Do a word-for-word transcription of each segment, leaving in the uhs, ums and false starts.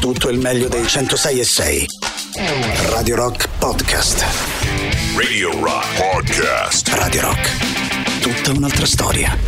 tutto il meglio dei centosei e sei. Radio Rock Podcast. Radio Rock Podcast. Radio Rock. Tutta un'altra storia.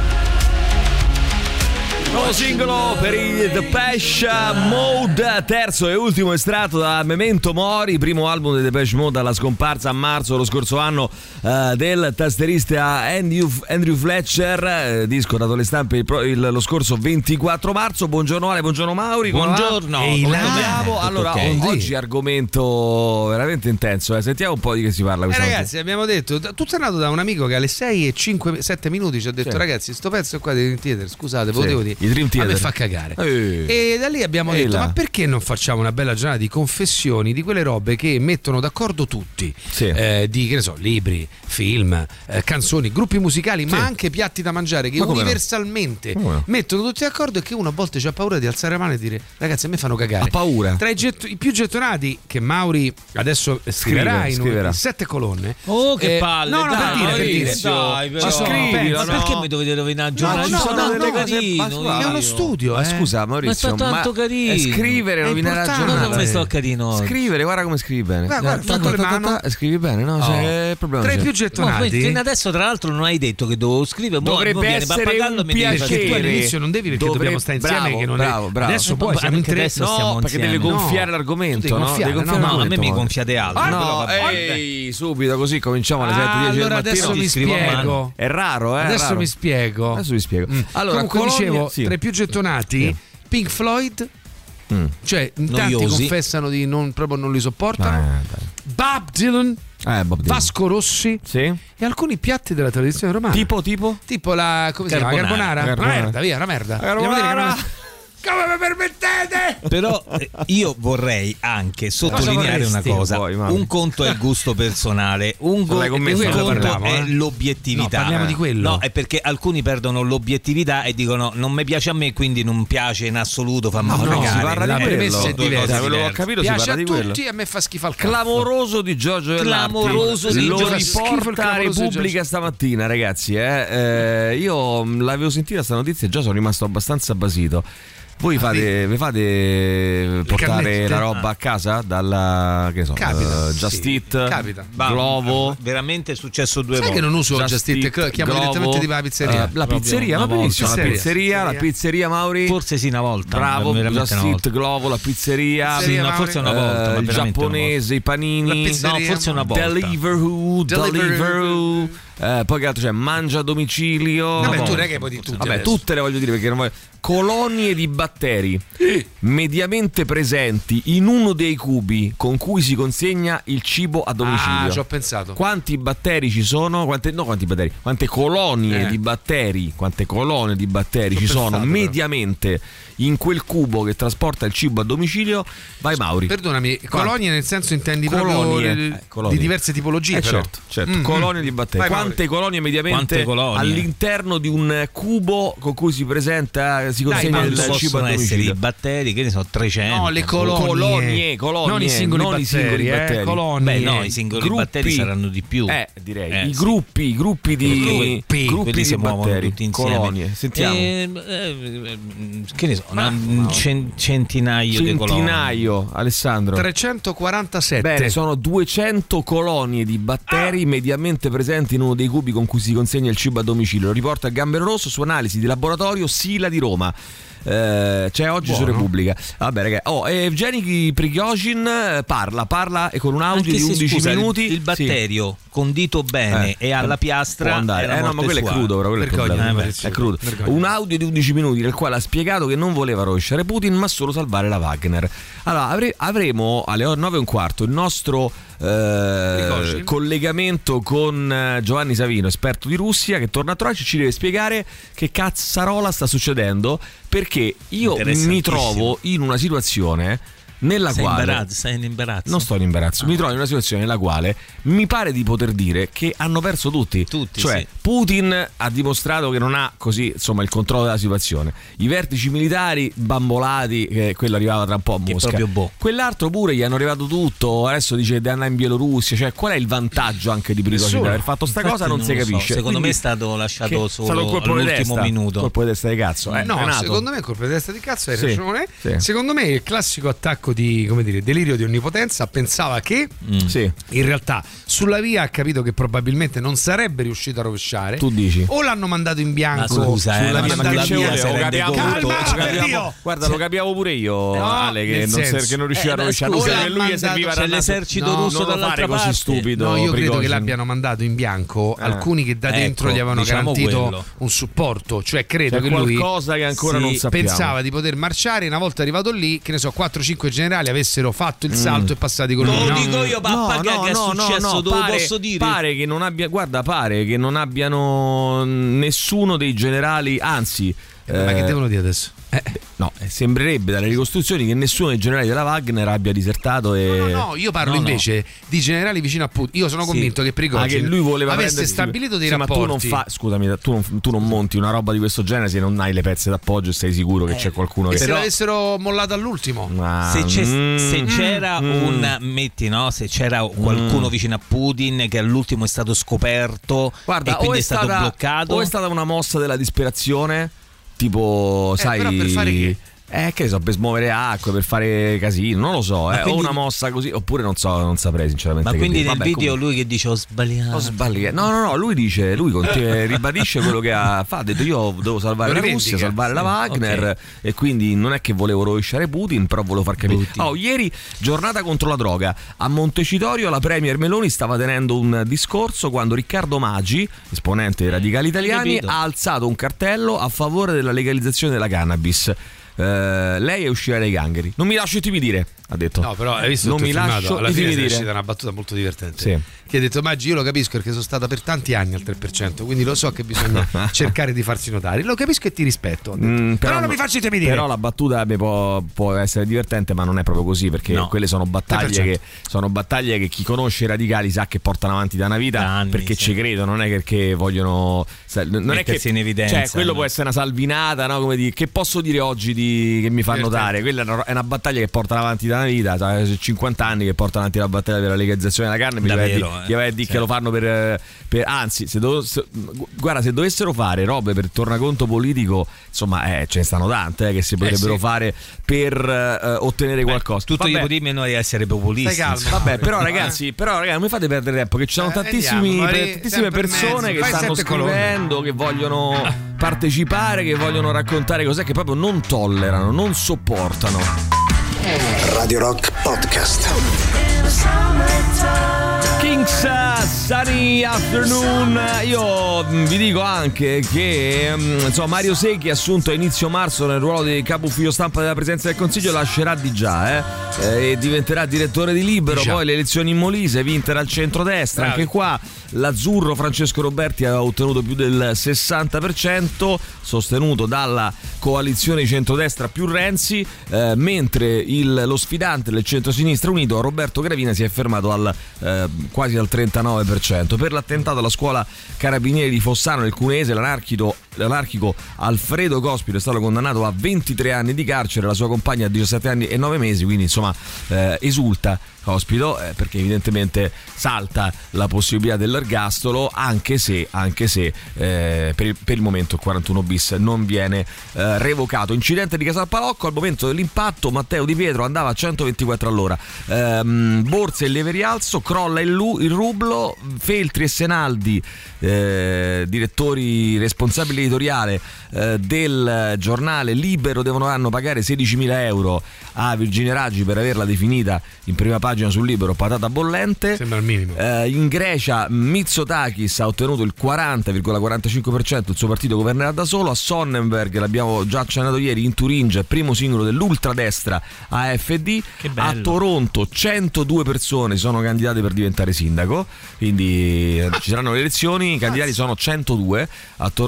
Nuovo singolo per i Depeche Mode, terzo e ultimo estratto da Memento Mori, primo album dei Depeche Mode alla scomparsa a marzo dello scorso anno uh, del tastierista Andrew, Andrew Fletcher, eh, disco dato alle stampe il, il, lo scorso ventiquattro marzo. Buongiorno Ale, buongiorno Mauri. Buongiorno. Ehi, allora, okay. Oggi argomento veramente intenso, eh. Sentiamo un po' di che si parla. Eh, ragazzi, abbiamo detto, tutto è nato da un amico che alle sei e cinque sette minuti ci ha detto: sì. Ragazzi, sto pezzo qua di Theater, scusate, sì. potevo dire. I Dream Theater. A me fa cagare. Eh. E da lì abbiamo Ehi detto: là. ma perché non facciamo una bella giornata di confessioni di quelle robe che mettono d'accordo tutti? Sì. Eh, di che ne so, libri, film, eh, canzoni, gruppi musicali, sì. ma anche piatti da mangiare che ma universalmente no? no? mettono tutti d'accordo, e che uno a volte ha paura di alzare la mano e dire: ragazzi, a me fanno cagare. Ha paura. Tra i, get- i più gettonati, che Mauri adesso scriverà in, scriverà. in sette colonne. Oh, che eh, palle! No, no, dai, per dire, per dire. Dai, però. Ci sono, scrivi, pensa, no? Perché mi dovete rovinare il giornale? No, Ci no, sono no, delle no, carino. è uno studio, Ma eh. scusa Maurizio, Ma è tanto carino. è scrivere, È rovinare la importante. giornata. Come sto carino? Scrivere, guarda come scrivi bene. Guarda, guarda, Ta- con le ta- ta- mani. ta- scrivi bene, no? Oh. C'è il problema. Tra i c'è. più No, gettonati. fino adesso tra l'altro non hai detto che dovevo scrivere. Mo- Dovrebbe mo viene essere pappagallo e un mi devi fare- piacere. Perché tu all'inizio non devi, perché Dovrebbe- dobbiamo stare insieme. bravo, che non bravo, è... bravo. Adesso Ma poi siamo in perché tre. adesso stiamo No, perché devi insieme. gonfiare No. l'argomento, Devi no? gonfiare, Devi no, gonfiare No, a me l'argomento, mi Mauro. gonfiate altro. Ah, però No, vabbè. ehi, subito così cominciamo alle sette e dieci del Allora mattino. adesso mi scrivo a mano. spiego. È raro, eh? Adesso raro. mi spiego. Adesso vi spiego. Mm. Allora, Comunque Colonia- dicevo, sì. tra i più gettonati, Sì. Pink Floyd, Mm. cioè in tanti Noiosi. confessano di non proprio non li sopportano. Eh, Bob Dylan, dai. Eh, Bob Dylan. Vasco Rossi Sì? e alcuni piatti della tradizione romana. Tipo, tipo? Tipo la come si chiama? Carbonara. Carbonara. Una Carbonara. merda, via, una merda. Carbonara. Andiamo a dire che non è- Come mi permettete? Però eh, io vorrei anche sottolineare una vorresti cosa. poi, Mauro? Un conto è il gusto personale, un, go- L'hai commesso, un ne conto parliamo, è eh? l'obiettività. No, parliamo di quello. No, è perché alcuni perdono l'obiettività e dicono non mi piace a me, quindi non piace in assoluto, fa No, male. no, si parla la di premessa quello. è diversa. Da quello che ho capito si Piace parla a di quello. tutti e a me fa schifo al cazzo. Clamoroso di Giorgio Vellarti. Clamoroso di lo Giorgio- schifo il riporta clamoroso di Repubblica Giorgio. stamattina, ragazzi. Eh. Eh, io l'avevo sentita sta notizia e già sono rimasto abbastanza basito. Voi fate, vi fate portare carnette? la roba a casa dalla, che so, Capita, uh, Just sì, Eat, capita. Glovo. Veramente è successo due Sai volte. che non uso Just Just Eat, Eat, chiamo Glovo, direttamente di la pizzeria. eh, la Proprio pizzeria, una va benissimo. La volta. pizzeria, la Pizzeria. pizzeria, Mauri. Forse sì, una volta. Bravo, veramente Just una volta. Eat, Glovo, la pizzeria. Sì, Pizzeria, no, Mauri. forse una volta, ma Eh, il veramente giapponese, i La panini. pizzeria. No, forse una volta. Deliveroo, Deliveroo. Deliveroo. Eh, poi che altro c'è? Mangia a domicilio. Vabbè, No. tu non è che puoi di tutti. Vabbè, adesso. tutte le voglio dire perché non voglio. Colonie di batteri mediamente presenti in uno dei cubi con cui si consegna il cibo a domicilio. Ah, ci ho pensato. Quanti batteri ci sono? Quante, no, quanti batteri? Quante colonie Eh. di batteri? Quante colonie di batteri Ci ho ci sono pensato, però. mediamente in quel cubo che trasporta il cibo a domicilio? Vai, Mauri. Perdonami, colonie nel senso intendi Colonie. proprio Eh, eh, colonie. di diverse tipologie, Eh, però. certo, certo. Mm, Colonie mm. di batteri. Vai, Quante Mauri. colonie mediamente Quante colonie? all'interno di un cubo con cui si presenta, si consegna Dai, il quanto cibo a Possono essere domicilio? i batteri, che ne so, trecento. No, le colonie. Colonie, colonie, non i singoli non i batteri, singoli eh, batteri. colonie. Beh, no, i singoli Gruppi. batteri saranno di più. Eh, direi. Eh, I sì. gruppi, i gruppi di Gruppi, gruppi quelli di si muovono batteri, tutti insieme. colonie. Sentiamo. Eh, eh, che ne so, una- un cen- centinaio di colonie. Centinaio, Alessandro. trecentoquarantasette. Bene, sono duecento colonie di batteri mediamente presenti in uno dei cubi con cui si consegna il cibo a domicilio. Lo riporta a Gambero Rosso su analisi di laboratorio Sila di Roma. Eh, c'è oggi Buono. su Repubblica. Vabbè, ragazzi. Oh, Evgeny Prigozhin eh, parla, parla e con un audio Anche di se, undici scusa, il- minuti. il batterio condito bene Sì. e alla Eh, piastra può andare. è la Eh no, ma morte quello è sua. crudo, però quello è il Vergogna, problema. Maurizio. È crudo. Vergogna. Un audio di undici minuti nel quale ha spiegato che non voleva rovesciare Putin, ma solo salvare la Wagner. Allora, avre- avremo alle nove e un quarto il nostro eh, Prigozhin. collegamento con eh, Giovanni Savino, esperto di Russia, che torna a Troia e ci deve spiegare che cazzarola sta succedendo, perché io mi Interessantissimo. trovo in una situazione nella sei quale imbarazzo, sei in imbarazzo. non sto in imbarazzo, ah. mi trovo in una situazione nella quale mi pare di poter dire che hanno perso tutti, tutti cioè sì. Putin ha dimostrato che non ha così insomma il controllo della situazione, i vertici militari bambolati, che quello arrivava tra un po' a Mosca, boh. quell'altro pure gli hanno arrivato tutto, adesso dice che deve andare in Bielorussia, cioè qual è il vantaggio anche di Prigozhin di aver fatto sta Infatti cosa non, non si capisce. So. Secondo Quindi, me è stato lasciato solo stato colpo all'ultimo di minuto, colpo di testa di cazzo, eh, no, secondo me il colpo di testa di cazzo hai sì, ragione sì. Secondo me il classico attacco di, come dire, delirio di onnipotenza. Pensava che mm. sì. in realtà sulla via ha capito che probabilmente non sarebbe riuscito a rovesciare. Tu dici? O l'hanno mandato in bianco scusa, sulla eh, via, ma che via vuole, capiamo, Calma, tutto, per Dio. Guarda, lo capiamo pure io, no, Ale, che non, ser- che non riusciva eh, a rovesciare. Scusa, Ora che lui serviva c'è l'esercito no, russo non dall'altra fare parte. così stupido. No, io credo Prigozhin. che l'abbiano mandato in bianco eh. alcuni che da dentro ecco, gli avevano diciamo garantito quello. un supporto. Cioè credo C'è che lui qualcosa che ancora sì, non sappiamo. pensava di poter marciare. Una volta arrivato lì, che ne so, quattro cinque generali avessero fatto il salto mm. e passati con lui. Non lo no? dico io, papà, che è successo, te lo pare, posso dire. Pare che non abbia, guarda, pare che non abbiano nessuno dei generali, anzi, Eh, ma che eh, devono dire adesso? Eh. no, eh, sembrerebbe dalle ricostruzioni che nessuno dei generali della Wagner abbia disertato e... No, no, no, io parlo No, invece no. di generali vicino a Putin. Io sono Sì. convinto che Prigozhin Ah, che lui voleva avesse prendersi- stabilito dei sì, rapporti. ma tu non fa, scusami, tu non, tu non monti una roba di questo genere se non hai le pezze d'appoggio e sei sicuro che Eh, c'è qualcuno E che... se Però- l'avessero mollato all'ultimo? Ah, Se, c'è- mm, se c'era mm, un metti no se c'era qualcuno Mm. vicino a Putin che all'ultimo è stato scoperto guarda, e o quindi è, è stato stata, bloccato, o è stata una mossa della disperazione, tipo, Eh, sai, però per fare che? Eh, che ne so, per smuovere acque, per fare casino, non lo so, eh, quindi- o una mossa così, oppure non so, non saprei sinceramente. ma che quindi dire. nel Vabbè, video comunque. lui che dice ho sbagliato, Ho sbagliato. No, no, no, lui dice, lui continua- ribadisce quello che ha fatto. Ha detto io devo salvare Lo la Russia, rivendica. salvare la Sì, Wagner, ok. e quindi non è che volevo rovesciare Putin, però volevo far capire. Putin. Oh, ieri giornata contro la droga. A Montecitorio la premier Meloni stava tenendo un discorso quando Riccardo Maggi, esponente dei radicali italiani, capito. ha alzato un cartello a favore della legalizzazione della cannabis. Eh, lei è uscita dai gangheri. Non mi lascio intimidire, ha detto. No, però hai visto non tutto mi il filmato? lascio Alla fine è intimidire. uscita una battuta molto divertente. Sì. Che ha detto Maggi, io lo capisco perché sono stata per tanti anni al tre per cento, quindi lo so che bisogna cercare di farsi notare. Lo capisco e ti rispetto. ha detto. Mm, però, non mi faccio intimidire. Però la battuta beh, può, può essere divertente, ma non è proprio così, perché No. quelle sono battaglie tre per che, sono battaglie che chi conosce i radicali sa che portano avanti da una vita, Da anni, perché sì. ci credono, non è perché vogliono sa- non è che Mettersi in evidenza, cioè, quello no? può essere una salvinata, no? Come dire, che posso dire oggi di, che mi fa Divertente. notare? Quella è una, è una battaglia che portano avanti da una vita, sai, cinquanta anni che portano avanti la battaglia per la legalizzazione della carne, Davvero, gli vai a eh. di- gli vai a dire Cioè. che lo fanno per, per anzi, se dov- se- guarda, se dovessero fare robe per tornaconto politico, insomma, eh, ce ne stanno tante eh, che si potrebbero sì. fare per eh, ottenere qualcosa. tutto Vabbè, io prima noi essere populisti, Stai calmo. insomma. Vabbè, però Eh. ragazzi, però ragazzi, non mi fate perdere tempo, che ci sono Eh, tantissimi, vediamo, per- vai tantissime sempre in persone mezzo, che fai stanno sette colonne. scrivendo, che vogliono partecipare, che vogliono raccontare cos'è che proprio non tollerano, non sopportano. Radio Rock Podcast. Kings Sunny Afternoon. Io mh, vi dico anche che mh, insomma, Mario Secchi, assunto a inizio marzo nel ruolo di capo ufficio stampa della Presidenza del Consiglio, lascerà di già eh, eh, e diventerà direttore di Libero. Di già. Poi le elezioni in Molise, vinte dal centrodestra. Bravi. Anche qua l'azzurro Francesco Roberti aveva ottenuto più del sessanta per cento, sostenuto dalla coalizione centrodestra più Renzi, eh, mentre il, lo sfidante del centrosinistra unito Roberto Gravina si è fermato al eh, quasi al trentanove per cento. Per l'attentato alla scuola Carabinieri di Fossano nel Cuneese, l'anarchico, l'anarchico Alfredo Cospito è stato condannato a ventitré anni di carcere, la sua compagna a diciassette anni e nove mesi, quindi insomma eh, esulta Cospito eh, perché evidentemente salta la possibilità dell'ergastolo, anche se, anche se eh, per, il, per il momento il quarantuno bis non viene eh, revocato. Incidente di Casalpalocco, al momento dell'impatto Matteo Di Pietro andava a centoventiquattro all'ora. Ehm, borse e lieve rialzo, crolla il, lu- il rublo. Feltri e Senaldi, eh, direttori responsabili editoriale eh, del giornale Libero, devono hanno pagare sedicimila euro a Virginia Raggi per averla definita in prima pagina sul Libero patata bollente. Sembra il minimo. Eh, in Grecia Mitsotakis ha ottenuto il quaranta virgola quarantacinque per cento, il suo partito governerà da solo. A Sonnenberg, l'abbiamo già accennato ieri, in Turingia, primo singolo dell'ultradestra A F D. Che bello. A Toronto centodue persone sono candidate per diventare sindaco, quindi eh, ci saranno le elezioni, i candidati sono centodue a Toronto.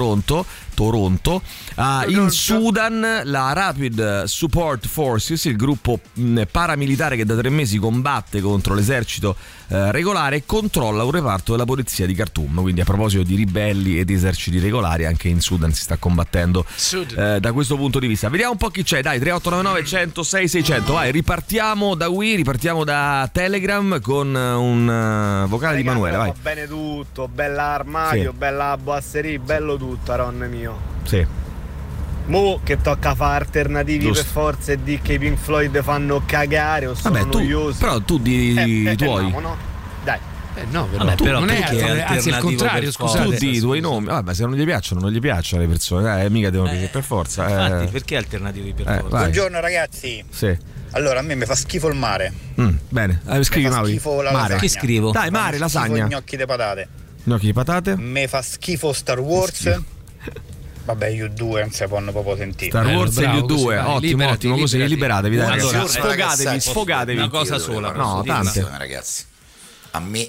Toronto. Uh, in Sudan la Rapid Support Forces, il gruppo mh, paramilitare che da tre mesi combatte contro l'esercito eh, regolare e controlla un reparto della polizia di Khartoum. Quindi a proposito di ribelli e di eserciti regolari, anche in Sudan si sta combattendo eh, da questo punto di vista. Vediamo un po' chi c'è, dai, tre otto nove nove uno zero sei sei zero zero. Vai, ripartiamo da qui, ripartiamo da Telegram con un uh, vocale di Manuele, vai. Va bene tutto, bella armadio, sì. bella boasserie, bello tutto, Ron mio. Sì. Mo che tocca fare alternativi Giusto. per forza e di che i Pink Floyd fanno cagare o sono Vabbè, tu, noiosi. però tu di eh, i tuoi. Eh, no? Dai. Eh no, però, Vabbè, tu, però non è, perché è anzi il contrario, per scusate. Tu di i tuoi nomi, vabbè, se non gli piacciono, non gli piacciono le persone, dai, mica devono Eh, piacere per forza. Infatti, eh. perché alternativi per Eh, forza? vai. Buongiorno ragazzi. Sì. Allora a me mi fa schifo il mare. Mm, bene, eh, scrivi Mi fa Mauri. schifo la Mare. lasagna. Che scrivo? Dai, Mi mare, fanno schifo lasagna. i gnocchi di patate. Gnocchi di patate. Mi fa schifo Star Wars. Vabbè, io due non si possono proprio sentire. Star Bello, Wars e bravo, gli due, così, vai, ottimo, liberati, ottimo, così liberati. liberatevi, dai. Allora, Allora, sfogatevi, ragazzi, sfogatevi. una cosa sola, No, posso dirla? tante. Ragazzi, a me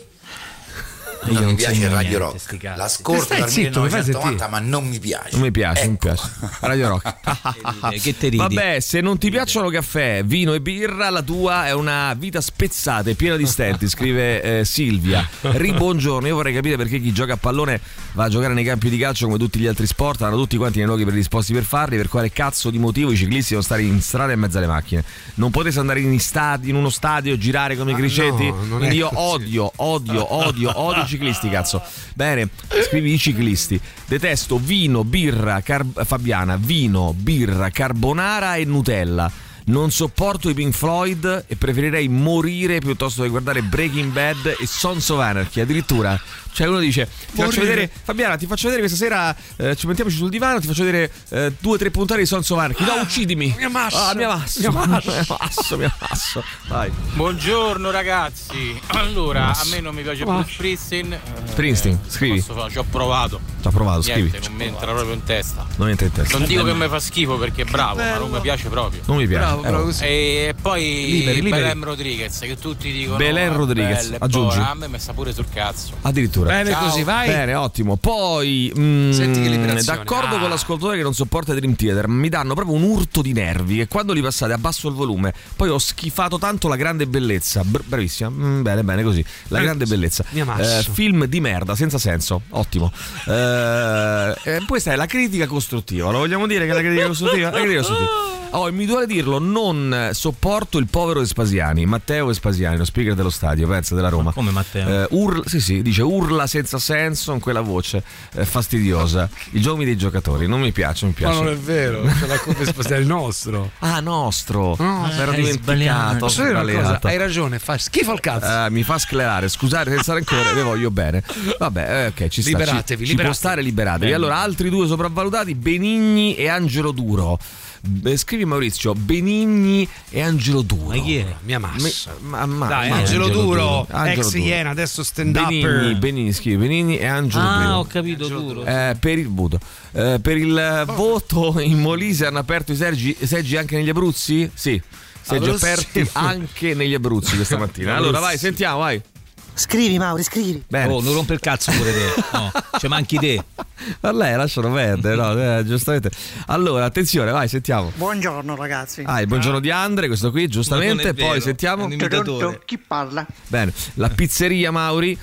Io non non mi piace segno Radio niente, Rock. sti cazzi. L'ascolto Stai dal zitto, mi fai millenovecentonovanta, sentire. ma non mi piace. Non mi piace, non mi Ecco. piace. Radio Rock. Eh, che te ridi? Vabbè, se non ti piacciono caffè, vino e birra, la tua è una vita spezzata e piena di stenti, scrive eh, Silvia. Ribongiorno, io vorrei capire perché chi gioca a pallone va a giocare nei campi di calcio come tutti gli altri sport, hanno tutti quanti nei luoghi predisposti per farli, per quale cazzo di motivo i ciclisti devono stare in strada in mezzo alle macchine? Non potete andare in, stadi, in uno stadio, girare come i criceti? no, non è Quindi io così. odio, odio, odio, odio i ciclisti, cazzo. Bene, scrivi i ciclisti. Detesto vino, birra, car- Fabiana, vino, birra, carbonara e Nutella. Non sopporto i Pink Floyd e preferirei morire piuttosto che guardare Breaking Bad e Sons of Anarchy. Addirittura, cioè uno dice: ti faccio vedere, Fabiana, ti faccio vedere questa sera, eh, ci mettiamoci sul divano, ti faccio vedere eh, due o tre puntate di Sons of Anarchy. No, uccidimi. Mi ammasso. Ah, mi ammasso. Mi ammasso, mi ammasso, mi ammasso. Vai. Buongiorno ragazzi. Allora, Mas- a me non mi piace Mas- Bruce Springsteen. eh, Springsteen, scrivi. Posso fare, ci ho provato. Ci ho provato, scrivi. Niente, non mi entra proprio in testa. Non entra in testa. Non dico che mi fa schifo perché è bravo, ma non mi piace proprio. Non mi piace. Bravo, bravo così. E poi Liberi, liberi. Belen Rodriguez, che tutti dicono Belen "Ah, Rodriguez", bella, è aggiungi. buona", a me mi sta pure sul cazzo. Addirittura. Bene Ciao. così, vai. Bene, ottimo. Poi mh, Senti che liberazione. d'accordo Ah. con l'ascoltatore che non sopporta Dream Theater, mi danno proprio un urto di nervi e quando li passate abbasso il volume, poi ho schifato tanto La grande bellezza. Br- bravissima. Mm, bene, bene così. La Eh, grande bellezza. mi ammasso. Eh, film di merda, senza senso. Ottimo. Eh, eh, questa è la critica costruttiva. Lo vogliamo dire che è la critica costruttiva? La critica costruttiva. Oh, mi duole dirlo, non sopporto il povero Vespasiani, Matteo Vespasiani, lo speaker dello stadio, pensa, della Roma. Come Matteo? Eh, urla, sì, sì, dice urla senza senso con quella voce eh, fastidiosa. I giochi dei giocatori, non mi piace, mi Ma piace. non è vero, ce l'ha come spostare il nostro. Ah, nostro. No, mi ero hai dimenticato. sbagliato. Posso dire una cosa? sbagliato. Hai ragione, fa schifo al cazzo. Eh, mi fa sclerare, scusate senza rancore, vi voglio bene. Vabbè, eh, ok, ci sta. Liberatevi, ci, ci liberatevi. può stare, liberatevi. Allora, altri due sopravvalutati, Benigni e Angelo Duro. Beh, scrivi Maurizio, Benigni e Angelo Duro. Ma chi è? Mi ammasso. Ma, ma, Dai, ma- Angelo, Duro, Angelo ex Duro. Iena, adesso stand Benigni, upper. Benigni, scrivi Benigni e Angelo Duro. Ah, ho capito, duro. Eh, per il voto eh, per il eh, voto in Molise hanno aperto i seggi, seggi anche negli Abruzzi? Sì, seggi Abruzzi. aperti anche negli Abruzzi questa mattina. Allora vai, sentiamo, vai. Scrivi Mauri, scrivi. Bene. Oh, non rompe il cazzo pure te. No, ci manchi te. A lei lasciano perdere, no? Eh, giustamente. Allora, attenzione, vai, sentiamo. Buongiorno ragazzi. Ah, il buongiorno di Andre, questo qui, giustamente. Ma non è vero, Poi sentiamo. è un imitatore. Pronto? Chi parla? Bene, la pizzeria Mauri,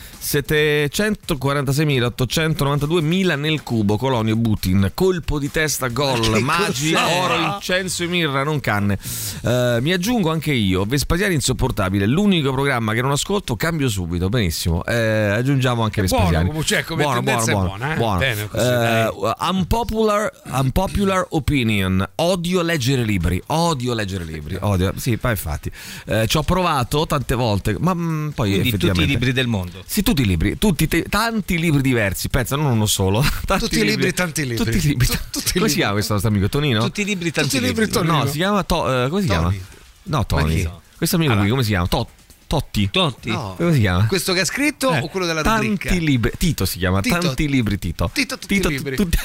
settecentoquarantaseimitlaottocentonovantadue Mila nel cubo, Colonio Butin, colpo di testa, gol, magi, cos'è? oro, incenso e mirra, non canne. Eh, mi aggiungo anche io, Vespasiani insopportabile, l'unico programma che non ascolto, cambio subito, benissimo. Eh, aggiungiamo anche È buono, Vespasiani. come- cioè, come tendenza è buona, eh? buono. Bene, così, Eh, dai. unpopular, unpopular opinion, odio leggere libri, odio leggere libri, odio, sì, ma infatti eh, ci ho provato tante volte, ma mh, poi Quindi tutti i effettivamente libri del mondo. sì, tutti i libri, tutti te- tanti libri diversi, pensa, non uno solo. Tanti Tutti i libri, tanti libri. Tutti i libri. Tu- tutti i come libri. si chiama questo nostro amico Tonino? Tutti i libri, tanti Tutti i libri, libri. Tonino. No, si chiama To- eh, come si Tony. chiama? No, Tony. chi? Questo amico qui come si chiama? To- Totti. Totti? No. Come si chiama? Questo che ha scritto Eh, o quello della tanti rubrica? libri. Tito si chiama, Tito. tanti libri Tito. Tito, tutti i libri. tutti-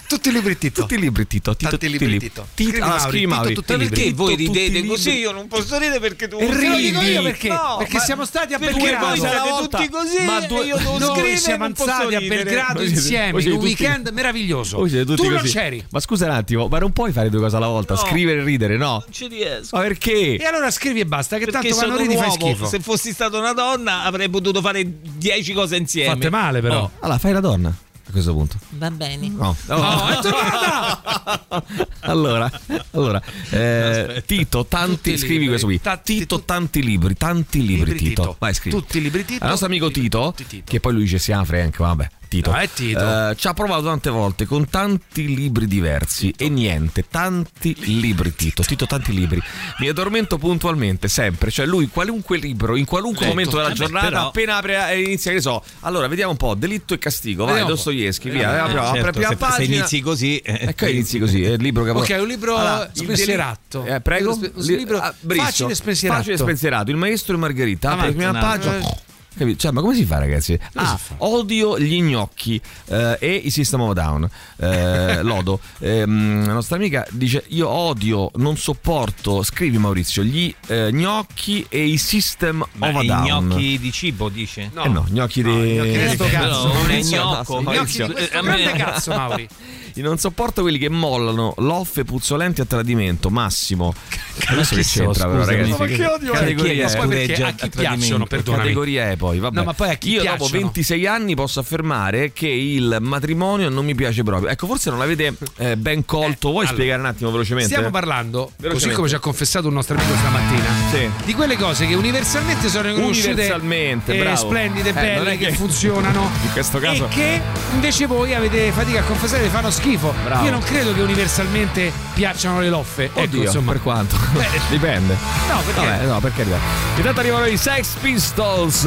Tutti i libri Tito. Tutti i libri Tito. Tito Tanti libri Tito. Tito. Ah, scrivi Mauri. Tutti i Perché libri. voi Tutti ridete i così? libri. Io non posso ridere perché tu E te lo dico ridi io perché? No, perché ma siamo stati a perché Belgrado. voi siete volta- tutti così ma e due- io devo Noi scrivere siamo non posso andati a ridere. Belgrado Voi siete- insieme voi in siete un tutti- weekend meraviglioso. Voi siete tutti Tu non così. c'eri. Ma scusa un attimo, ma non puoi fare due cose alla volta, No. scrivere e ridere, no? Non ci riesco. Ma perché? E allora scrivi e basta, che Perché tanto quando sono ridi un fai uomo. schifo. Se fossi stata una donna avrei potuto fare dieci cose insieme. Fatte male però. Oh. Allora, fai la donna a questo punto. Va bene. No, No, è tornata! allora, allora eh, Tito, tanti, Tutti i scrivi libri. questo qui. Tanti- Tito, tanti libri, tanti libri, Libri Tito. Tito. Vai, scrivi. Tutti i libri Tito. Al nostro amico Libri- Tito, tutti Tito. che poi lui dice si chiama Frank, vabbè. Tito. No, è Tito. Eh, ci ha provato tante volte con tanti libri diversi e niente, tanti libri Tito, Tito tanti libri. Mi addormento puntualmente, sempre, cioè lui qualunque libro, in qualunque Letto. momento della Vabbè, giornata, però- appena apre e inizia, che ne so. Allora, vediamo un po', Delitto e Castigo, vai, Vediamo un po'. Dostoevsky, Vediamo. via, Eh, apri- apri la Certo, prima se, se pagina. inizi così eh, Ecco, inizi così, è il libro che Ok, un libro Allora, il spensierato. deli- eh, prego. Un libro Ah, bravissimo. facile e spensierato. Facile e spensierato. Il maestro e Margherita. Apri la Avanti, prima un pagina. altro. Capito? Cioè, ma come si fa, ragazzi? Come Ah, si fa? odio gli gnocchi eh, e i System of a Down. Eh, lodo. Ehm, la nostra amica dice: io odio, non sopporto. Scrivi, Maurizio, gli eh, gnocchi e i System Ma of a i Down. gnocchi di cibo, dice? No. Eh no, gnocchi No, di. gnocchi di Eh, sto però, cazzo. un Maurizio, gnocco. no, Gnocchi Maurizio. di questo Eh, a me- grande cazzo, Mauri. Io non sopporto quelli che mollano loffe puzzolenti a tradimento. Massimo. Adesso che c'entra, però, Scusami. ragazzi? Ma che odio è? Categoria Ma è. poi perché Scureggia a chi a tradimento. piacciono, perdonami. Categoria è poi, vabbè. No, ma poi a chi Io piacciono? dopo ventisei anni posso affermare che il matrimonio non mi piace proprio. Ecco, forse non l'avete eh, ben colto. Vuoi allora, spiegare un attimo velocemente? Stiamo parlando, così Velocemente. come ci ha confessato un nostro amico stamattina, Sì. di quelle cose che universalmente sono riconosciute Universalmente, eh, bravo. splendide, Eh, non belle, è che, che- funzionano In questo caso- e che invece voi avete fatica a confessare che fanno schifo. Bravo. Io non credo che universalmente piacciono le loffe. Ecco, Oddio, insomma. per quanto? Beh, Dipende. No, perché? Vabbè, no, per carità. Intanto arrivano i Sex Pistols.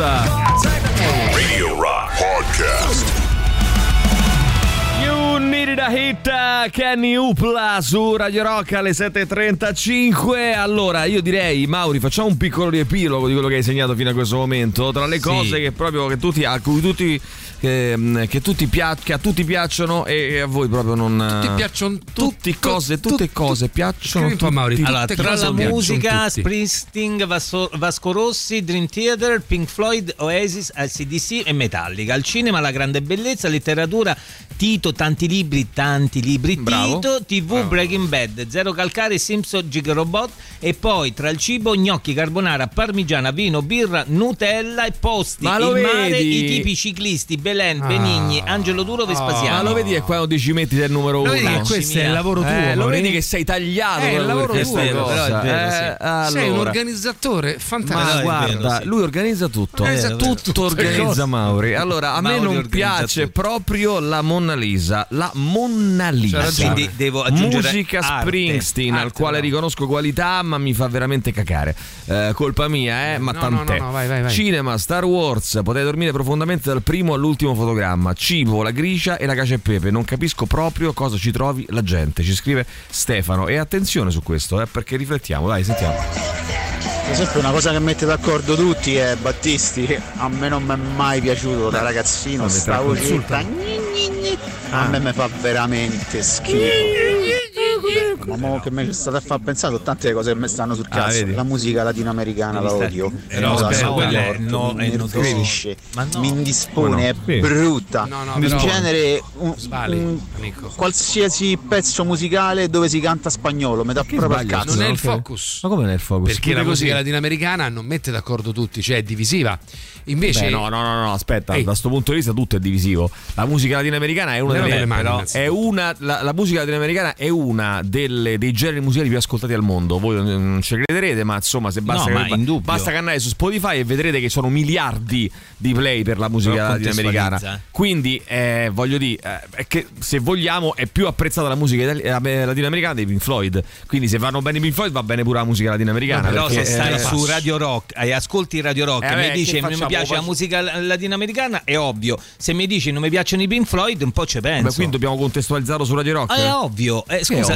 Radio Rock Podcast. You needed a hit, uh, Kenny Upla su Radio Rock alle sette e trentacinque. Allora, io direi, Mauri, facciamo un piccolo riepilogo di quello che hai segnato fino a questo momento. Tra le Sì. cose che proprio che tutti, a cui tutti che, che, tutti pia- che a tutti piacciono e, e a voi proprio non. Tutti piacciono tutti tutto, cose, tutte tutto. cose piacciono. Scrivi un po', tutti. Mauri. Allora, Tutte tra cose la piacciono musica, tutti. Springsteen, Vasco, Vasco Rossi, Dream Theater, Pink Floyd, Oasis, A C D C e Metallica. Al cinema la grande bellezza, letteratura, Tito, tanti libri, tanti libri, Bravo. Tito, tivù, Bravo. Breaking Bad, Zero Calcare, Simpson, Gigrobot e poi tra il cibo, gnocchi, carbonara, parmigiana, vino, birra, Nutella e posti, Ma il lo mare, vedi? i tipi ciclisti, Belen, Ah. Benigni, Angelo Duro, Vespasiano. Ma lo vedi che quando ti ci metti sei il numero Lo uno? vedi che Lasci questo è il mia. lavoro tuo, Eh, lo Mauri? vedi che sei tagliato Eh, è il proprio lavoro per questa tuo, cosa. però è vero, sì. Eh, allora. Sei un organizzatore fantastico. Ma Però è guarda, vero, sì. lui organizza tutto. Organizza Eh, tutto, tutto tutte organizza cose. Mauri. Allora, a me Mauri non organizza piace tutto. proprio la Monna Lisa. La Monna Lisa. C'ha ragione. Quindi devo aggiungere Musica arte. Springsteen, al Arte, quale no. riconosco qualità, ma mi fa veramente cacare. Eh, colpa mia, eh, ma No, no, tant'è. no, no, vai, vai, vai. Cinema, Star Wars, potete dormire profondamente dal primo all'ultimo fotogramma. Cibo, la gricia e la cacio e pepe. Non capisco proprio cosa ci trovi la gente. Ci scrive Stefano. E attenzione su questo, eh, perché riflettiamo. Dai, sentiamo. Per esempio una cosa che mette d'accordo tutti è Battisti, a me non mi è mai piaciuto da ragazzino, Vabbè, sta te la vocetta, gni, gni, gni. a me mi fa veramente schifo. Ma mo che mi state a far pensare a tante cose che mi stanno sul cazzo. vedi? La musica latinoamericana la odio, Eh, no, la aspetta, South quella è- Nord, no, mi è notorio. innervosisce, Ma no. mi indispone, Sì. è brutta. No, no, in però- genere un, Sbagli, un- amico. qualsiasi pezzo musicale dove si canta spagnolo mi dà proprio al sbaglia? cazzo. Non è il Ok. focus. Ma come non è il focus? Perché la Pure musica così. latinoamericana non mette d'accordo tutti, cioè è divisiva. Invece Beh, no, no, no, no, aspetta, Ehi. da questo punto di vista tutto è divisivo. La musica latinoamericana è una Levami delle le mani, però innanzitutto. è una la, la musica latinoamericana è una delle, dei generi musicali più ascoltati al mondo. Voi non ci crederete, ma insomma, se basta No, ma che, indubbio. basta che andate su Spotify e vedrete che sono miliardi di play per la musica Però latinoamericana. contestualizza. Quindi eh, voglio dire eh, è che se vogliamo è più apprezzata la musica itali- eh, latinoamericana dei Pink Floyd. Quindi se vanno bene i Pink Floyd va bene pure la musica latinoamericana. Però perché, se stai eh, su Radio Rock e ascolti Radio Rock Eh, e beh, mi dici che che mi facciamo? piace la Faccio- musica la- latinoamericana, è ovvio. Se mi dici non mi piacciono i Pink Floyd, un po' ci penso. Beh, quindi dobbiamo contestualizzarlo su Radio Rock. Ah, è ovvio. Eh, scusa, ovvio, noi è ci ovvio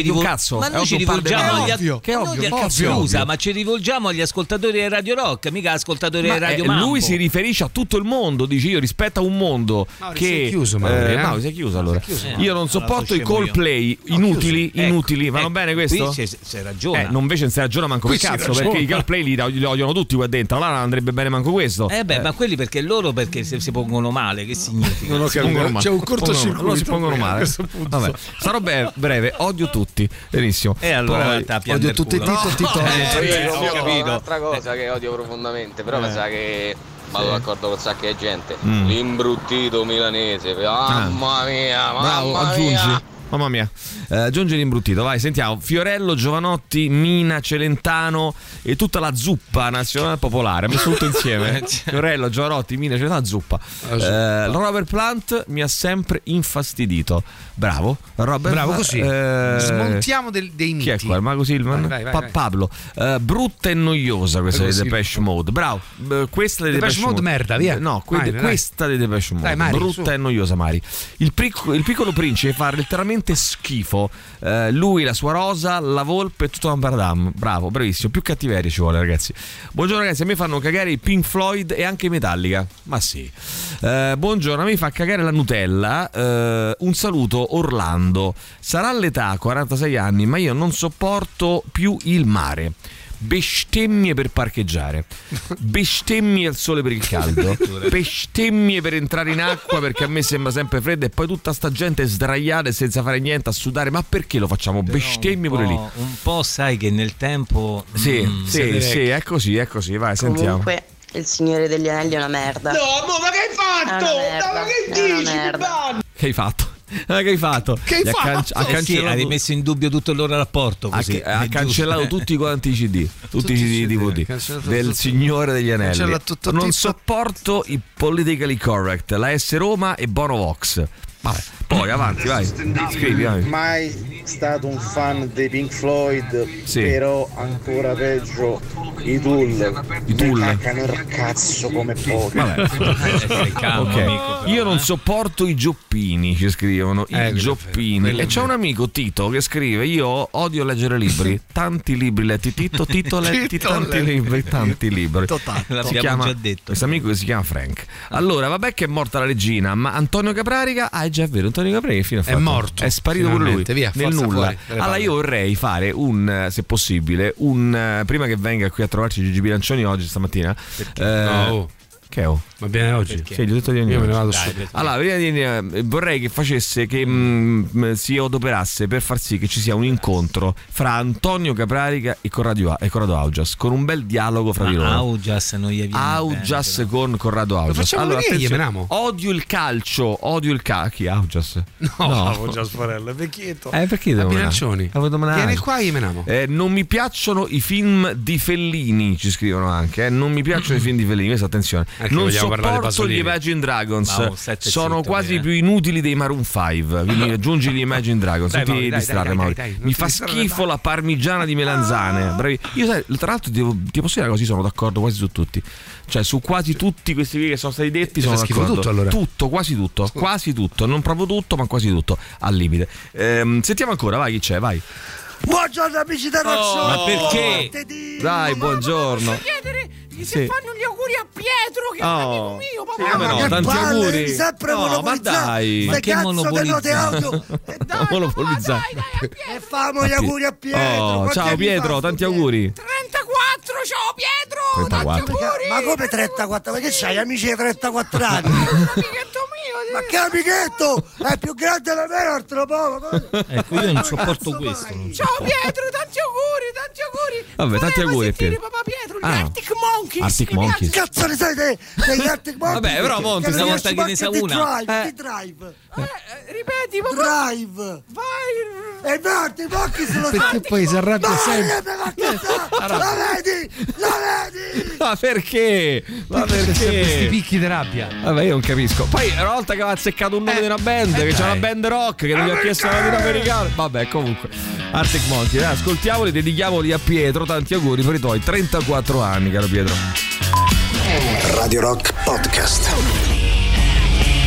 ovvio rivol- cazzo. ma è noi ci ovvio, un par de rivolgiamo mano. agli Ovvio, che è ma ovvio, noi- cazzo, è scusa, ovvio. ma ci rivolgiamo agli ascoltatori di Radio Rock, mica ascoltatori Ma, di Radio eh, Mambo. lui si riferisce a tutto il mondo, dice io rispetto a un mondo Mauri, che sei chiuso, Mauri, eh, eh? Mauri, sei chiuso allora. Sei chiuso. Io non Allora, sopporto sono i scemo call-play inutili, Ecco, inutili, vanno ecco, bene qui questo? c'è, c'è ragione. Eh, non invece non si ragiona manco Qui per si cazzo, ragiona. perché i call-play li, li odiano tutti qua dentro, allora non andrebbe bene manco questo. Eh beh, ma quelli perché loro perché se si pongono male, che significa? Non ho Si capito. pongono male. C'è un Pongono- cortocircuito loro si pongono a male. questo punto. Vabbè, sarò be- breve, odio tutti. Benissimo. E allora Poi- tappi Odio al tutte culo. Tito, Tito Eh, odia. eh, ho capito. Un'altra cosa che odio profondamente, però mi sa che vado d'accordo con un sacco di gente. Mm. L'imbruttito milanese, mamma mia, mamma Bravo, aggiungi. mia. Mamma mia, eh, aggiungi l'imbrutito, vai, sentiamo. Fiorello, Giovanotti, Mina, Celentano e tutta la zuppa nazionale popolare. Messo tutto insieme. Fiorello, Giovanotti, Mina, Celentano, zuppa. Eh, Robert Plant mi ha sempre infastidito. Bravo, Robert. Bravo, così. Eh, Smontiamo del- dei miti. Chi è qua? Marco Silvan? Vai, vai, vai, Pa- vai. Pablo. Eh, brutta e noiosa questa Marco di Silvan. Depeche Mode. Bravo. Eh, questa di Depeche Depeche Mode, merda, via. No, que- Vai, dai. questa di Depeche Mode. Dai, Mari, brutta su. e noiosa, Mari. Il, pric- il piccolo principe fa letteralmente schifo. Eh, lui, la sua rosa, la volpe e tutto Amsterdam. Bravo, bravissimo. Più cattiveria ci vuole, ragazzi. Buongiorno, ragazzi. A me fanno cagare i Pink Floyd e anche i Metallica. Ma sì. Eh, buongiorno, a me fa cagare la Nutella. Eh, un saluto, Orlando. Sarà l'età, quarantasei anni, ma io non sopporto più il mare. Bestemmie per parcheggiare, bestemmie al sole per il caldo, bestemmie per entrare in acqua perché a me sembra sempre fredda e poi tutta sta gente sdraiata e senza fare niente a sudare. Ma perché lo facciamo? Bestemmie pure lì. Un po' sai che nel tempo Sì, mm, sì, sì, è così, è così. Vai, sentiamo. Comunque il Signore degli Anelli è una merda. No, mo, ma che hai fatto? È una merda, No, ma che è una dici? merda. Che hai fatto? Ah, che hai fatto? Che hai Gli ha fatto? canc- ha Eh sì, cancellato, ha rimesso in dubbio tutto il loro rapporto ha, così. ha è cancellato giusto. tutti quanti i C D, tutti, Tutti i i C D C D, D V D cancellato del tutti. Signore degli Anelli. Cancella tutto, Non tipo- sopporto i politically correct, la S Roma e Bono Vox. Vabbè, poi avanti, vai. Scrivi, vai. Mai stato un fan dei Pink Floyd, Sì. però ancora peggio i Tool. I Tool. Mi caccano il cazzo come pochi. Vabbè. Essere calmo, Ok. amico. Io non sopporto i Gioppini, ci scrivono, i Eh, quello è Gioppini. vero, quello E è c'è un amico, Tito, che scrive: io odio leggere libri, tanti libri letti, Tito, Tito letti, Tito tanti letti. libri, tanti libri. Totale. Si L'abbiamo chiama- già detto. Questo amico che si chiama Frank. Allora, vabbè che è morta la regina, ma Antonio Caprarica, ah è già vero, Antonio Caprarica che fine ha È fatto? morto, È sparito pure lui, finalmente, via, nel forza nulla. fuori dalle Allora palle. io vorrei fare un, eh, se possibile, un eh, prima che venga qui a trovarci Gigi Bilancioni oggi stamattina. eh, No, oh. Che è? Oh? Va bene oggi. Perché? Sì, gli ho detto di venire Io me ne oggi. vado Dai, su. perché- Allora, prima di venire, vorrei che facesse che mh, si adoperasse per far sì che ci sia un incontro fra Antonio Caprarica e Corrado, e Corrado Augias, con un bel dialogo fra di Ma loro. Augias non gli viene Augias bene, con Corrado Augias. facciamo Allora, venire, attenzione, Menamo. odio il calcio, odio il calcio. Chi Augias? No, Augias Forella, è vecchietto. Eh, perché devo A menare? Bilancioni. Avevo domandato. Vieni qua io menamo. Eh, non mi piacciono i film di Fellini, ci scrivono anche. Eh. Non mi piacciono i film di Fellini, questa attenzione. Anche non vogliamo parlare di sopporto gli Pasolini. Imagine Dragons. Ma, oh, sette Sono zitto, quasi eh. più inutili dei Maroon cinque. Quindi aggiungi gli Imagine Dragons. Dai, Non ti Mauri, dai, distrarre, dai, Mauri. dai, dai, non Mi ti fa distrarre, schifo dai. la parmigiana di melanzane. Bravi. Io sai, tra l'altro ti, ti posso dire una cosa, io sono d'accordo quasi su tutti. Cioè, su quasi tutti questi qui che sono stati detti Ti sono fa schifo d'accordo. tutto, allora? Tutto, quasi tutto. Quasi tutto. Non proprio tutto, ma quasi tutto. Al limite. Ehm, sentiamo ancora, vai, chi c'è? Vai. Buongiorno amici da Rozzone. ma perché? Martedì. Dai, buongiorno. Chiedere se Sì. fanno gli auguri a Pietro, che è un Oh. amico mio, Sì, papà. come no, che tanti palle, auguri. devi sempre No, ma monopolizzare dai. Ma ste che cazzo di note monopolizzare? audio. E dai, Monopolizzare. Dai, dai, a Pietro. e famo gli auguri a Pietro. Oh, Quanti ciao anni Pietro, fa, tanti sto auguri. trentaquattro, ciao Pietro. trentaquattro. Tanti auguri. Ma come trentaquattro? Ma che c'hai amici di trentaquattro anni? Amichetto mio. Ma che amichetto? È più grande da me l'altro poco. Ecco, io non sopporto questo. non Ciao sopporto. Pietro, tanti auguri, tanti auguri. Vabbè, tanti Voleva auguri, sentire Pietro. papà Pietro, gli Ah. Arctic Monkeys. Arctic mi piace. Monkeys. Cazzo ne sai te? Degli Arctic Monkeys? Vabbè, però, Monti, Che stavolta ne che ne sa manca di una. Drive, Eh. di Drive. Eh, eh, ripeti, papà. Drive. Vai. E i Arctic Monkeys lo Perché sai. poi si arrabbia Ma sempre. ma cazzo, la vedi? La vedi? Ma perché? Ma Questi perché? picchi di rabbia. Vabbè, io non capisco. Poi una volta che aveva azzeccato un nome Eh, di una band, eh, che c'è dai. una band rock che non gli ha chiesto la vita americana. Vabbè, comunque. Arctic Monkeys, eh, ascoltiamoli, dedichiamoli a Pietro. Tanti auguri per i tuoi trentaquattro anni, caro Pietro. Radio Rock Podcast.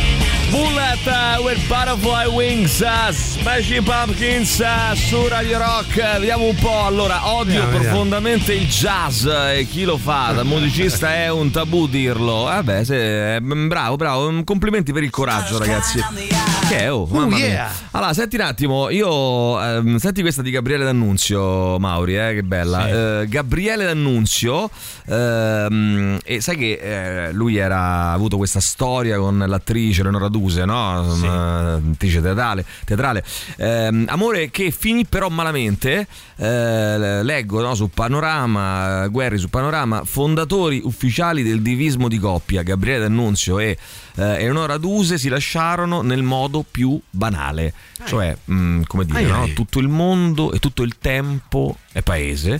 Bullet uh, with Butterfly Wings, uh, Smashing Pumpkins uh, su Radio Rock. Vediamo un po'. Allora, odio Vediamo, profondamente vediamo. il jazz e chi lo fa da musicista è un tabù dirlo. Vabbè, se, bravo, bravo. Complimenti per il coraggio, ragazzi. Che è, oh, mamma mia. Yeah. Allora, senti un attimo, io ehm, senti questa di Gabriele D'Annunzio, Mauri, eh, che bella. Sì. Eh, Gabriele D'Annunzio, ehm, e sai che eh, lui era ha avuto questa storia con l'attrice Leonora Duse, no? Sì. Un'attrice teatrale, teatrale. Eh, amore che finì però malamente. Eh, leggo, no, su Panorama, Guerri su Panorama, fondatori ufficiali del divismo di coppia, Gabriele D'Annunzio e eh, Eleonora Duse si lasciarono nel modo più banale, ai. cioè mh, come dire, ai, no? ai. tutto il mondo e tutto il tempo è paese,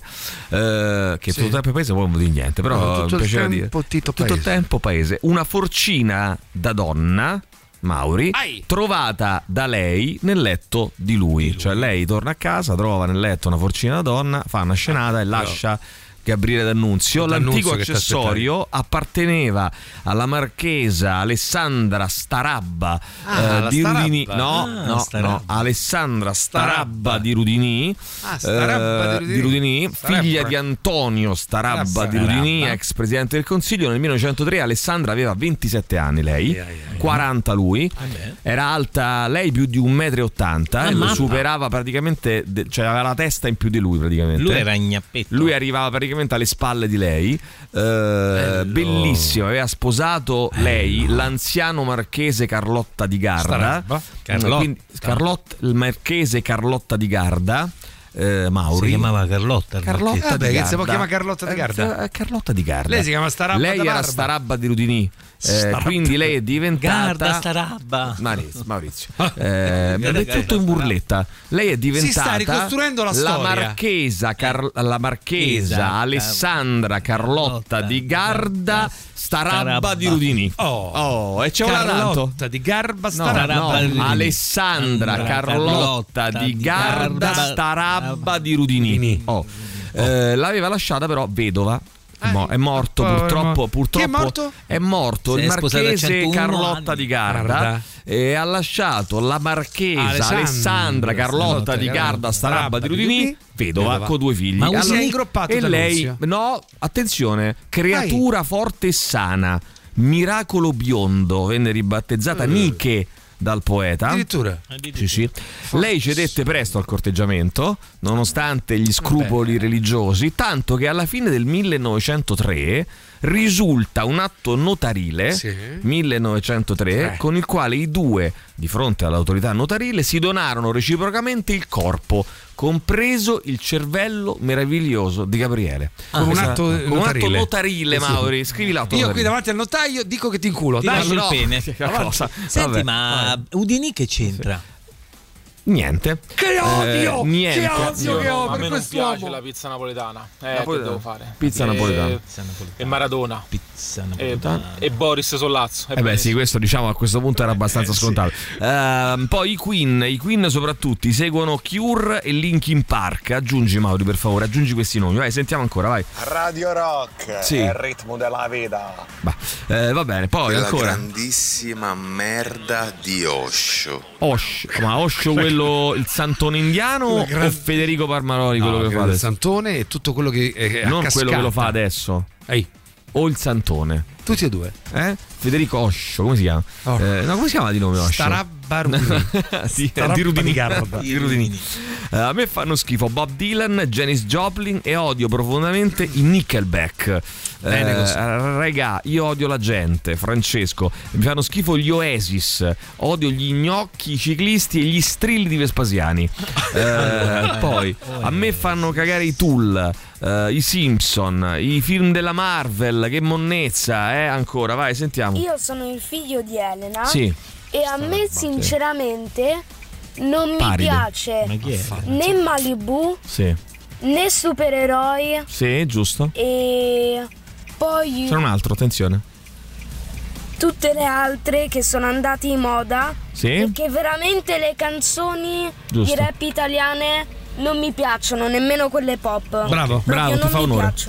eh, che sì. tutto il tempo è paese poi non vuol dire niente, però no, tutto mi piaceva il dire tutto, tutto il tempo paese, una forcina da donna, Mauri, Ai. trovata da lei nel letto di lui. di lui, cioè lei torna a casa, trova nel letto una forcina da donna, fa una scenata e lascia Gabriele D'Annunzio. L'antico accessorio apparteneva alla marchesa Alessandra Starabba ah, eh, di Starabba. Rudinì. No, ah, no, Starabba. no, Alessandra Starabba, Starabba di Rudinì, ah, Starabba eh, di Rudinì, figlia di Antonio Starabba Starabba. di Rudinì, ex presidente del Consiglio. Nel millenovecentotre Alessandra aveva ventisette anni, lei, yeah, yeah, yeah. quaranta lui, ah, era alta lei più di un metro e ottanta, e lo superava praticamente, cioè aveva la testa in più di lui praticamente. Lui era ignappetto. Lui arrivava praticamente alle spalle di lei, eh, bellissimo, aveva sposato Bello. lei l'anziano marchese Carlotta di Garda, Carlotta. Quindi, Carlotta, il marchese Carlotta di Garda. Eh, Mauri si chiamava Carlotta, Carlotta eh, beh, di che si può chiamare Carlotta di Garda? Eh, Carlotta di Garda. Lei si chiama Starabba. Lei era Barba. Starabba di Rudinì. Eh, quindi lei è diventata Garda Starabba. Maurizio, Maurizio. Eh, è tutto in burletta. Lei è diventata si sta ricostruendo la, la storia. marchesa Car- la marchesa esatto. Alessandra Carlotta di Garda Starabba, Starabba di Rudinì. Oh, oh e c'è una Carlotta di Garba Starabba. No, no, Alessandra Carlotta di Garda Starabba di Rudinì. Oh. Eh, l'aveva lasciata però vedova. Mo, è morto purtroppo, purtroppo Chi è morto? È morto il marchese Carlotta anni. di Garda, Garda e ha lasciato la marchesa Alessandra, Alessandra Carlotta di Garda Starabba di Rudinì vedova, vedova con due figli. Ma allora, si è ingroppato e lei no, attenzione, creatura Vai. forte e sana, miracolo biondo, venne ribattezzata uh. Nike dal poeta. Addirittura. Sì, sì. Lei cedette presto al corteggiamento, nonostante gli scrupoli Vabbè. religiosi, tanto che alla fine del millenovecentotre risulta un atto notarile, sì. millenovecentotre, eh. con il quale i due, di fronte all'autorità notarile, si donarono reciprocamente il corpo, compreso il cervello meraviglioso di Gabriele. Ah, con un atto con notarile, un atto notarile Mauri, scrivi l'atto io notarile. qui davanti al notaio dico che ti inculo. Ti dai, no, no. il pene. Cosa? Senti, Vabbè. ma Udinì che c'entra? Sì. Niente. Che odio! Eh, niente. Che odio che ho a per me non quest'uomo. piace la pizza napoletana. Eh, Napoletana. che devo fare? Pizza e... napoletana. E Maradona. Pizza napoletana. E, e Boris Sollazzo. Eh beh sì, questo diciamo a questo punto era abbastanza eh, scontato. Sì. Uh, poi i Queen, i Queen soprattutto seguono Cure e Linkin Park. Aggiungi Mauri per favore, aggiungi questi nomi. Vai, sentiamo ancora, vai. Radio Rock, sì. è il ritmo della vita. Bah, eh, va bene, poi Quella ancora. grandissima merda di Osho. Osho, ma Osho quello il santone indiano gran... o Federico Parmaroli quello no, che fa adesso? Il santone e tutto quello che è non quello che lo fa adesso. Ehi. O il santone. Tutti e due. Eh? Federico Osho, come si chiama? Oh. Eh, no, come si chiama di nome Osho? Starabba Rudinì. Sì, Starabba di Rudinì. Di Rudinì. Uh, a me fanno schifo Bob Dylan, Janis Joplin e odio profondamente i Nickelback. Bene così. Uh, regà, io odio la gente, Francesco. Mi fanno schifo gli Oasis, odio gli gnocchi, i ciclisti e gli strilli di Vespasiani. Uh, poi a me fanno cagare i Tool, uh, i Simpson, i film della Marvel, che monnezza, eh? Ancora, vai, sentiamo. Io sono il figlio di Elena. Sì. E a me sinceramente non mi Paride. piace né Malibu, sì. né supereroi. Sì, giusto. E poi c'è un altro, attenzione. Tutte le altre che sono andate in moda. Sì. E che veramente le canzoni giusto. di rap italiane non mi piacciono, nemmeno quelle pop. Bravo, bravo, ti fa non onore. Mi piacciono.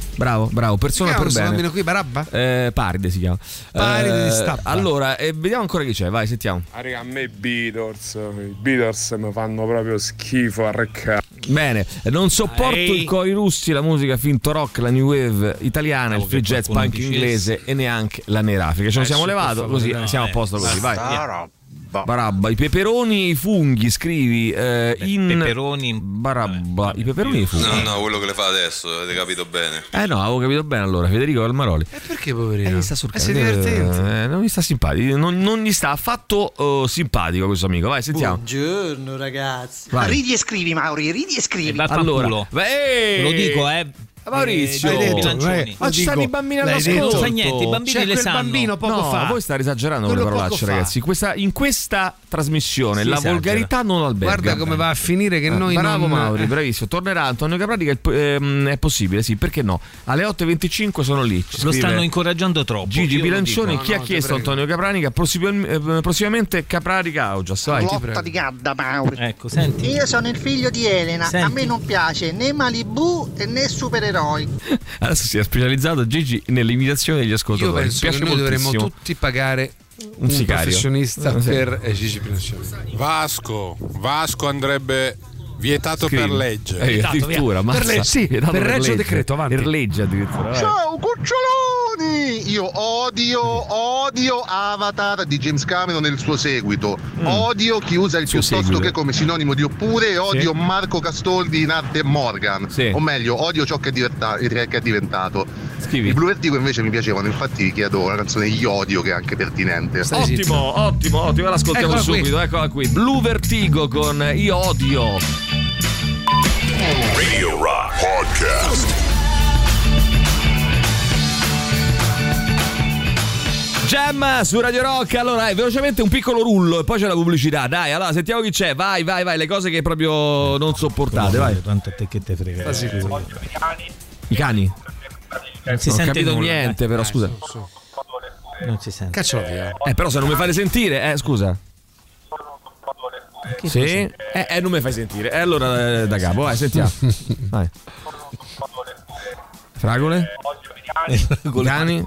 Bravo, bravo, persona per bene. bambino qui, Barabba? Eh, Paride si chiama. Paride eh, di Stappa. Allora, eh, vediamo ancora chi c'è, vai, sentiamo. Ah, raga, a me i Beatles, i Beatles mi fanno proprio schifo a recca. Bene, non sopporto Ehi. i cori russi, la musica finto rock, la new wave italiana, il free jazz punk inglese e neanche la nerafica. Ce lo Eh, siamo su, levato, per così favore, no, siamo a eh, posto così, vai. basta. Barabba, i peperoni e i funghi, scrivi eh, in peperoni Barabba, i peperoni e i funghi. No, no, quello che le fa adesso, avete capito bene. Eh no, avevo capito bene allora, Federico Calmaroli. E perché poverino? Eh, mi sta Eh, sorcando. sei divertente. Eh, non mi sta simpatico, non, non gli sta affatto uh, simpatico questo amico. Vai, sentiamo. Buongiorno ragazzi. Vai. Ridi e scrivi, Mauri, ridi e scrivi. Allora, Te lo dico, eh. Maurizio, Eh, detto, bilancioni. ma ci stanno i bambini all'ascolto. Non sa niente, i bambini C'è le quel sanno. bambino poco No, fa. Voi state esagerando con Quello le parolacce, poco fa. ragazzi. Questa, in questa trasmissione Si la esagera. volgarità non alberga. Guarda come va a finire che Ah, noi bravo non... Mauri, bravissimo. Tornerà Antonio Capratica, ehm, è possibile, sì, perché no? Alle otto e venticinque sono lì. Ci Lo scrive stanno incoraggiando troppo. Gigi io lo Bilancioni, dico. chi No, ha no, chiesto ti prego. Antonio Capranica? Prossimam- eh, prossimamente Capratica Augias. Vai. Lotta di gadda, Mauri. Ecco, senti. Io sono il figlio di Elena. Senti. A me non piace né Malibu né supereroi. Adesso si è specializzato Gigi nell'imitazione degli ascoltatori. Io Mi penso che piace noi dovremmo moltissimo. tutti pagare Un un, sicario. professionista Eh, sì. per eh, Gigi Bilancioni. Vasco, Vasco andrebbe vietato Scrivi. per legge. Eh, addirittura, Per mazza. le- sì, Vietato per legge o legge. decreto, avanti. Per legge addirittura. vai. Ciao cuccioloni! Io odio, odio Avatar di James Cameron nel suo seguito. Odio chi usa il Suo piuttosto seguito. che come sinonimo di oppure e odio Sì. Marco Castordi in arte Morgan. Sì. O meglio, odio ciò che è, diventa- che è diventato. Scrivi. I Blue Vertigo invece mi piacevano, infatti vi chiedo una canzone Io odio che è anche pertinente. Ottimo, ottimo, ottimo. L'ascoltiamo Eccola qui. subito. Eccola qui. Blue Vertigo con Io odio. Radio Rock Podcast. Jam su Radio Rock. Allora, eh, velocemente un piccolo rullo e poi c'è la pubblicità. Dai, allora sentiamo chi c'è. Vai, vai, vai. Le cose che proprio non sopportate. Vai. Tanto a te che te frega. I cani. Non si non ho sente capito nulla, niente, eh. però Eh, scusa. Non si sente. Caccialo via. Eh, però se non mi fate sentire, eh, scusa. Che Sì? cosa? Eh, eh, non mi fai sentire. Eh, allora eh, da capo, vai, sentiamo. Vai. Fragole? I cani?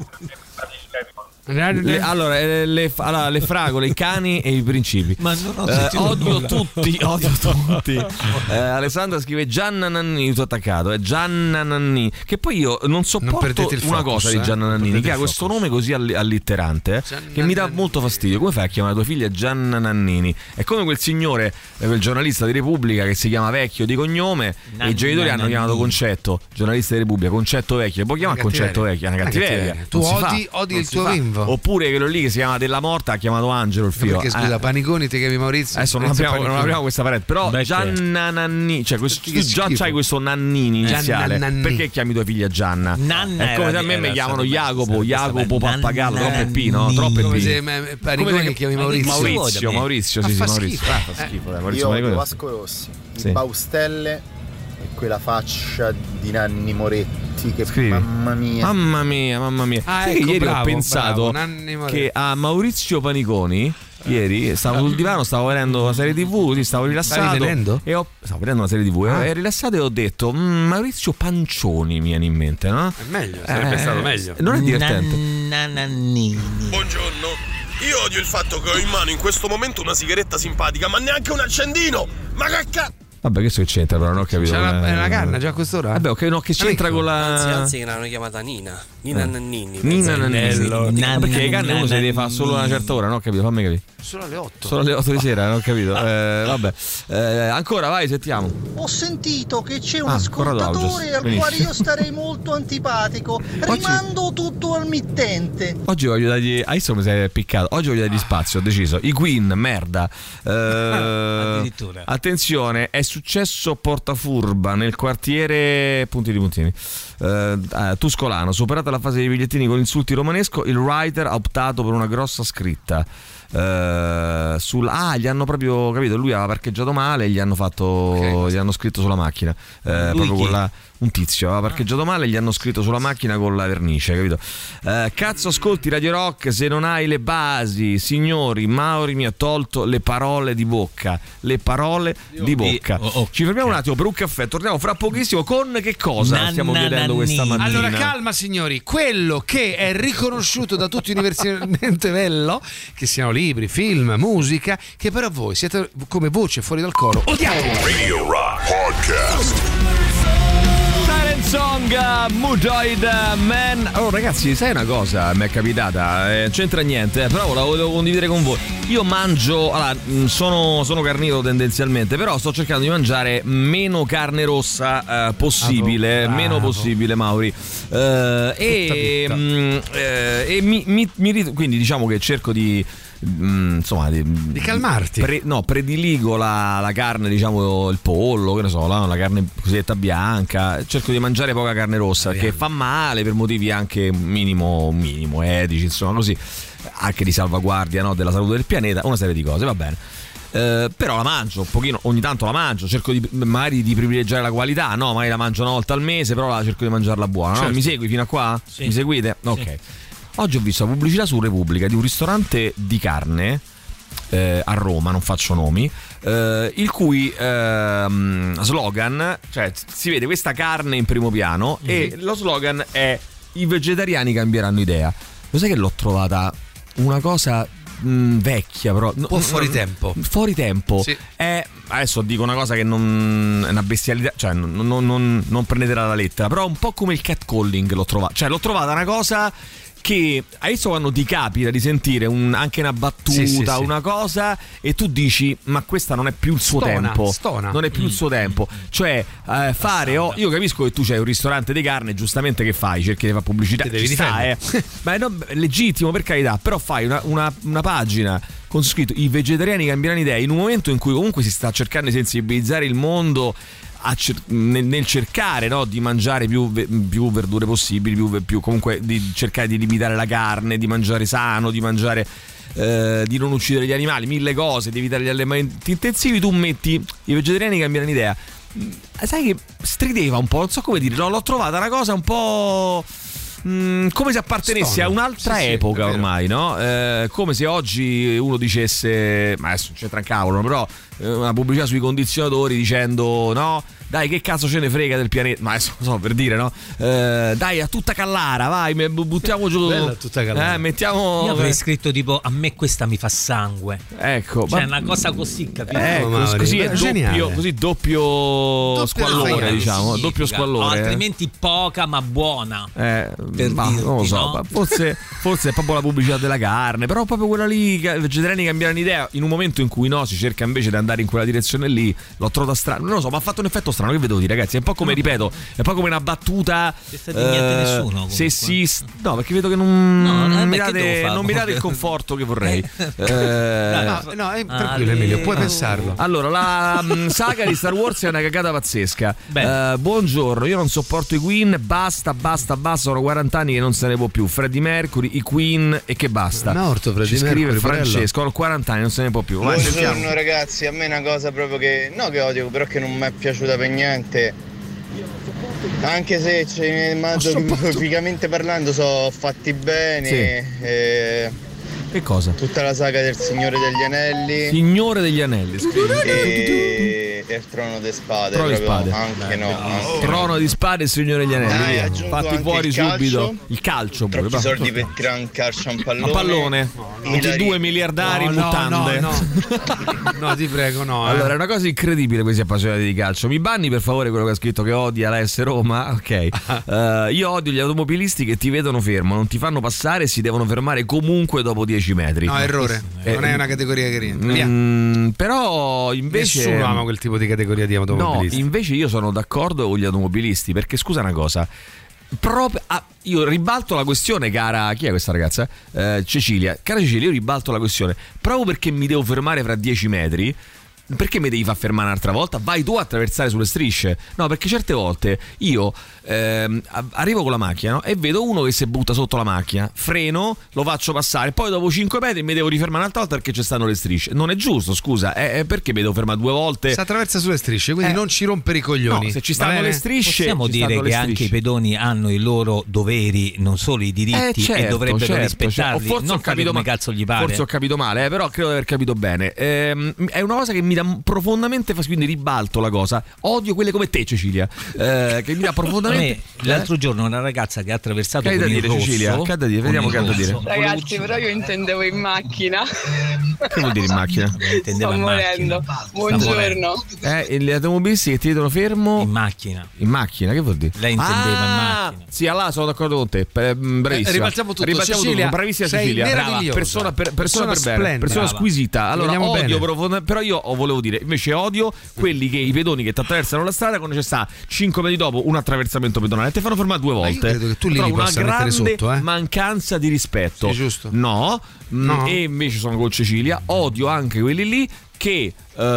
Le, allora, eh, le, allora, le fragole, i cani e i principi. Ma non ho Eh, sentito odio nulla. tutti, odio tutti. Eh, Alessandra scrive Gianna Nannini, tutto attaccato, è Gianna Nannini. Che poi io non sopporto perdete il una focus, cosa eh. di Gianna Non Nannini, perdete che ha il questo focus. nome così alli- allitterante, eh, Gianna che mi dà Nannini. molto fastidio. Come fai a chiamare tua figlia Gianna Nannini? È come quel signore, eh, quel giornalista di Repubblica che si chiama Vecchio di cognome e Nanni- i genitori hanno Nannini. chiamato Concetto, giornalista di Repubblica, Concetto Vecchio. E poi chiama Una Concetto cattiveria. Vecchio, è una Una cattiveria. cattiveria. Tu Non si odi- fa, odi non il si tuo fa. bimbo. Oppure quello lì che si chiama Della Morta ha chiamato Angelo il figlio. Perché scusa, Eh, Paniconi ti chiami Maurizio? Adesso non Maurizio apriamo, non Paniconi. apriamo questa parete, però Beh, Gianna Nannini, cioè questo, Che tu già schifo. c'hai questo Nannini iniziale. Gianna Nannini. Perché chiami tua figlia Gianna? Nanna È come era- se a me era mi chiamano stato Jacopo, bello, Jacopo sarebbe stato Pappagallo, bello. troppe P, no? Troppe Come P. se eh, Paniconi che- chiami Maurizio. Maurizio, Maurizio, sì, Ma sì, fa Maurizio. schifo. Ah, fa schifo, dai, Maurizio Io odio Paniconi. Vasco Rossi, Sì. i Baustelle e quella faccia di Nanni Moretti che Scrivi. mamma mia. Mamma mia, mamma mia. Ah, Sai che ecco, ieri bravo, ho pensato bravo, Nanni Moretti. che a Maurizio Paniconi ieri stavo sul divano, stavo vedendo una serie tivù, sì, stavo rilassato. Stavi vedendo? E ho, stavo vedendo una serie tivù Ah. e rilassato e ho detto "Mm, Maurizio Pancioni mi viene in mente, no?" È meglio, sarebbe Eh, stato meglio. Non è divertente. Nannini. Buongiorno. Io odio il fatto che ho in mano in questo momento una sigaretta simpatica, ma neanche un accendino. Ma che cazzo? Vabbè, che so che c'entra, però non ho capito. C'è una, Eh, è una canna già a quest'ora? Vabbè, ok, no, che c'entra con Anzi, la anzi, che l'hanno chiamata Nina. Nina Eh. Nannini. Nina Nannini. Bello. Ma perché le canne uno se le deve fare Nannini. solo a una certa ora, non ho capito, fammi capire. Solo alle otto. Solo alle otto di sera, non ho capito. Eh, vabbè. Eh, ancora, vai, sentiamo. Ho sentito che c'è un Ah, Corrado ascoltatore Augias, al benissimo. quale io starei molto antipatico. Rimando tutto al mittente. Oggi voglio dargli. Adesso mi sei piccato. Oggi voglio dargli spazio, ho deciso. I Queen, merda. Eh, Addirittura. attenzione, è successo Portafurba nel quartiere. Puntini puntini. Eh, eh, Tuscolano. Superata la fase dei bigliettini con insulti romanesco, il writer ha optato per una grossa scritta. eh, sul, ah, gli hanno proprio, capito, lui aveva parcheggiato male, gli hanno fatto, okay, gli hanno scritto sulla macchina, eh, proprio con la, un tizio aveva parcheggiato male e gli hanno scritto sulla macchina con la vernice, capito? Eh, cazzo ascolti Radio Rock se non hai le basi, signori, Mauri mi ha tolto le parole di bocca, le parole Io di bocca. Oh, oh, Ci fermiamo un attimo per un caffè, torniamo fra pochissimo con che cosa na, stiamo na, chiedendo na, questa mattina. Allora calma signori, quello che è riconosciuto da tutti universalmente bello, che siano libri, film, musica, che però voi siete come voce fuori dal coro odiate. Radio Rock Podcast. Song Mujoid Man. Oh ragazzi, sai una cosa mi è capitata, eh, c'entra niente, eh, però la volevo condividere con voi. Io mangio, allora, sono, sono carnivoro tendenzialmente, però sto cercando di mangiare meno carne rossa eh, possibile, bravo, meno bravo. possibile, Mauri, eh, e, mh, eh, e mi, mi, mi quindi diciamo che cerco di Mm, insomma di, di calmarti, pre, no, prediligo la, la carne, diciamo il pollo, che ne so, la, la carne cosiddetta bianca, cerco di mangiare poca carne rossa, perché fa male per motivi anche minimo minimo etici, insomma, così, anche di salvaguardia, no, della salute del pianeta, una serie di cose, va bene. Eh, però la mangio un pochino, ogni tanto la mangio, cerco di magari di privilegiare la qualità, no, magari la mangio una volta al mese, però la cerco di mangiarla buona, certo. No? Mi segui fino a qua? Sì. Mi seguite? Ok. Sì. Oggi ho visto la pubblicità su Repubblica di un ristorante di carne eh, a Roma, non faccio nomi, eh, il cui eh, slogan, cioè si vede questa carne in primo piano, mm-hmm, e lo slogan è: i vegetariani cambieranno idea. Lo sai che l'ho trovata una cosa mh, vecchia, però un po' fuori tempo. Fuori tempo. Sì. È, adesso dico una cosa che non è una bestialità, cioè non, non, non, non prendetela alla lettera, però un po' come il catcalling l'ho trovata, cioè l'ho trovata una cosa che adesso quando ti capita di sentire un, anche una battuta, sì, sì, sì, una cosa, e tu dici ma questa non è più il suo stona, tempo stona. non è più mm. il suo tempo, cioè eh, fare oh, io capisco che tu c'hai un ristorante di carne, giustamente che fai? Cerchi di fare pubblicità, devi ci sta, eh. Ma è no, legittimo, per carità, però fai una, una, una pagina con scritto i vegetariani cambieranno idea in un momento in cui comunque si sta cercando di sensibilizzare il mondo a cer- nel, nel cercare, no, di mangiare più, più verdure possibili, più, più comunque di cercare di limitare la carne, di mangiare sano, di mangiare eh, di non uccidere gli animali, mille cose, di evitare gli allevamenti intensivi. Tu metti i vegetariani cambiano idea, sai che strideva un po', non so come dire, no, l'ho trovata una cosa un po' Mm, come se appartenesse Stone. a un'altra sì, epoca, sì, ormai, no? Eh, come se oggi uno dicesse, ma adesso c'entra un cavolo, però eh, una pubblicità sui condizionatori dicendo no, dai, che cazzo ce ne frega del pianeta, ma adesso non so, per dire, no? Eh, dai, a tutta Callara, vai, buttiamo giù, bella tutta Callara. Eh, mettiamo. Io avrei scritto tipo a me questa mi fa sangue, ecco, cioè ma... una cosa così, capito? Ecco, Mauri, così è doppio, così doppio, doppio squallore, diciamo, doppio squallore, o altrimenti poca ma buona. Eh, ma, dirti, non lo so, no? forse, forse è proprio la pubblicità della carne, però proprio quella lì, i vegetariani cambiano idea in un momento in cui no, si cerca invece di andare in quella direzione lì. L'ho trovata strano, non lo so, ma ha fatto un effetto strano, che vedo di ragazzi, è un po' come, ripeto, è un po' come una battuta, eh, nessuno, se si, no, perché vedo che non, no, non, mi, date, non mi date il conforto che vorrei. eh, no, no, è tranquillo Emilio, puoi pensarlo. Allora, la um, saga di Star Wars è una cagata pazzesca. uh, buongiorno, io non sopporto i Queen, basta, basta, basta, sono quaranta anni che non se ne può più. Freddie Mercury, i Queen e che basta. Morto Freddie Ci scrive Mercury, Francesco, ho quaranta anni, non se ne può più. Vai, buongiorno sentiamo. Ragazzi, a me è una cosa proprio che no che odio, però che non mi è piaciuta per niente. Anche se ce ne fisicamente parlando sono fatti bene. Sì. Eh, che cosa? Tutta la saga del Signore degli Anelli. Signore degli Anelli. E, e il Trono di Spade. Trono di Spade. Anche no. Anche Trono no. di Spade e Signore degli Anelli. Ah, fatti fuori il subito. Il calcio. Troppi pure, soldi per tirare un calcio a un pallone. A pallone. ventidue miliardari in no, mutande. No, no. no, ti prego, no. Eh. Allora, è una cosa incredibile questi appassionati di calcio. Mi banni per favore quello che ha scritto che odia la S Roma? Ok. uh, io odio gli automobilisti che ti vedono fermo, non ti fanno passare e si devono fermare comunque dopo dieci metri. No, errore. Eh, non è una categoria che rientra. Mm, però invece nessuno ama quel tipo di categoria di automobilisti. No, invece io sono d'accordo con gli automobilisti, perché scusa una cosa, proprio ah, io ribalto la questione, cara, chi è questa ragazza? Eh, Cecilia, cara Cecilia, io ribalto la questione proprio perché mi devo fermare fra dieci metri. perché mi devi far fermare un'altra volta? Vai tu a attraversare sulle strisce. No, perché certe volte io ehm, arrivo con la macchina, no? E vedo uno che si butta sotto la macchina, freno, lo faccio passare, poi dopo cinque metri mi devo rifermare un'altra volta perché ci stanno le strisce. Non è giusto, scusa, è, è perché mi devo fermare due volte? Si attraversa sulle strisce, quindi Eh. non ci rompere i coglioni. No, se ci stanno Va bene? le strisce, Possiamo ci dire stanno che le anche strisce. i pedoni hanno i loro doveri, non solo i diritti, Eh, certo, e dovrebbero certo, rispettarli, certo. O forse non ho capito come ma- cazzo gli pare. Forse ho capito male, eh, però credo di aver capito bene. Ehm, è una cosa che mi dà profondamente fastidio, quindi ribalto la cosa. Odio quelle come te, Cecilia, eh, che mi dà A profondamente. me, l'altro giorno una ragazza che ha attraversato Che hai con da il dire, rosso, Cecilia? Che hai da dire? con Vediamo il che hai da dire. rosso. Ragazzi, però io intendevo in macchina. Che vuol dire in macchina? Intendeva Sto in morendo. macchina. Buongiorno. Eh, gli automobilisti che ti vedono fermo In macchina. in macchina, che vuol dire? Lei intendeva in Ah, macchina. sì, allora sono d'accordo con te. Eh, Bravissima. Eh, ribaltiamo tutto. Ribaltiamo Cecilia, tutto. Bravissima sei Cecilia. meravigliosa. Persona, per, persona, Persona per bene, splendida. persona Brava. squisita. Allora, Ti vogliamo odio bene. profonda- però io volevo dire, invece odio quelli che i pedoni che ti attraversano la strada quando c'è sta cinque metri dopo un attraversamento pedonale e ti fanno fermare due Ma io volte. credo che tu lì Trovo li una possa mettere grande sotto, eh. mancanza di rispetto. Sì, giusto. No, mm, No. e invece sono con Cecilia. Odio anche quelli lì che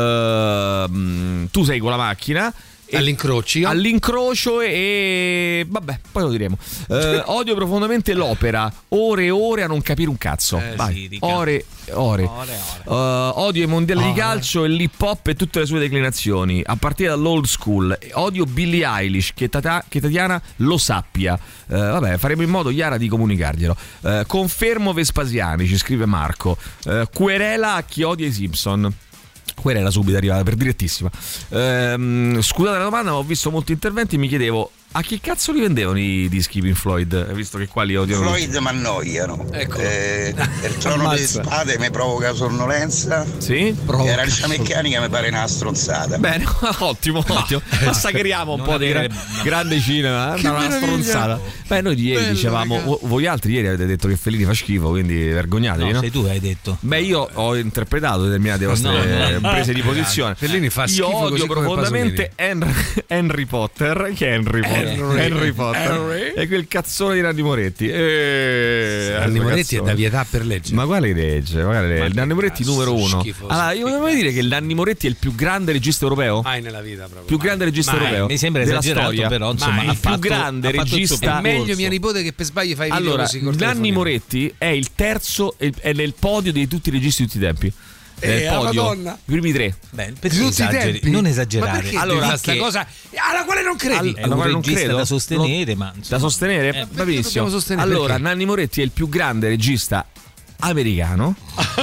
ehm, tu sei con la macchina e- All'incrocio. all'incrocio e, e vabbè, poi lo diremo. Eh, odio profondamente l'opera, ore e ore a non capire un cazzo. Eh, Vai, sì, Ricca. ore e ore. Ore, Eh, odio i mondiali di Ore. calcio e l'hip hop e tutte le sue declinazioni, a partire dall'old school. Odio Billie Eilish, che, Tata- che Tatiana lo sappia. Eh, vabbè, faremo in modo, Chiara, di comunicarglielo. Eh, confermo Vespasiani, ci scrive Marco. Eh, querela a chi odia i Simpson. Querela subito arrivata per direttissima. Ehm, scusate la domanda, ma ho visto molti interventi. Mi chiedevo a chi cazzo li vendevano i dischi Pink Floyd, visto che qua li odiano. Floyd mi annoiano. Ecco. Eh, il trono delle Ammazza. spade mi provoca sonnolenza. Sì? E la riccia meccanica mi pare una stronzata. Bene, ottimo, ottimo. Massacriamo un Non po' di gra- avere- no. grande cinema, eh? Che una meraviglia. stronzata. Beh, noi di ieri Bello, dicevamo, raga. vo- voi altri ieri avete detto che Fellini fa schifo, quindi vergognatevi, No, no? sei tu che hai detto. Beh, io ho interpretato determinate vostre No, no. prese di posizione. Fellini fa schifo Io così odio come profondamente Henry, Henry Potter. Che è Henry Potter? Henry. Henry Potter. Henry. E quel cazzone di Nanni Moretti. Eh, Nanni Moretti è cazzone. da vietà per legge. Ma quale legge? Magari Ma il che Nanni Moretti cazzo, numero uno. schifoso. Allora, io volevo dire che il Nanni Moretti è il più grande regista europeo. Mai nella vita proprio. Più grande regista Mai. europeo. Mi sembra della esagerato, storia. però, insomma, Mai. ha il più fatto- grande ha fatto il suo regista. È meglio mia nipote che per sbaglio fa i video Allora, così col Nanni telefonino. Moretti è il terzo, è è nel podio di tutti i registi di tutti i tempi. Eh, Nel la podio, Madonna. i primi tre. Beh, Di perché tutti i esageri? tempi? Non Ma esagerare. perché Allora, allora, sta che- cosa alla quale non credi? Al- È alla un quale non regista credo. da sostenere, Lo- ma da insomma, sostenere? eh, perché Bravissimo. dobbiamo sostenere? Allora, Perché? Nanni Moretti è il più grande regista americano.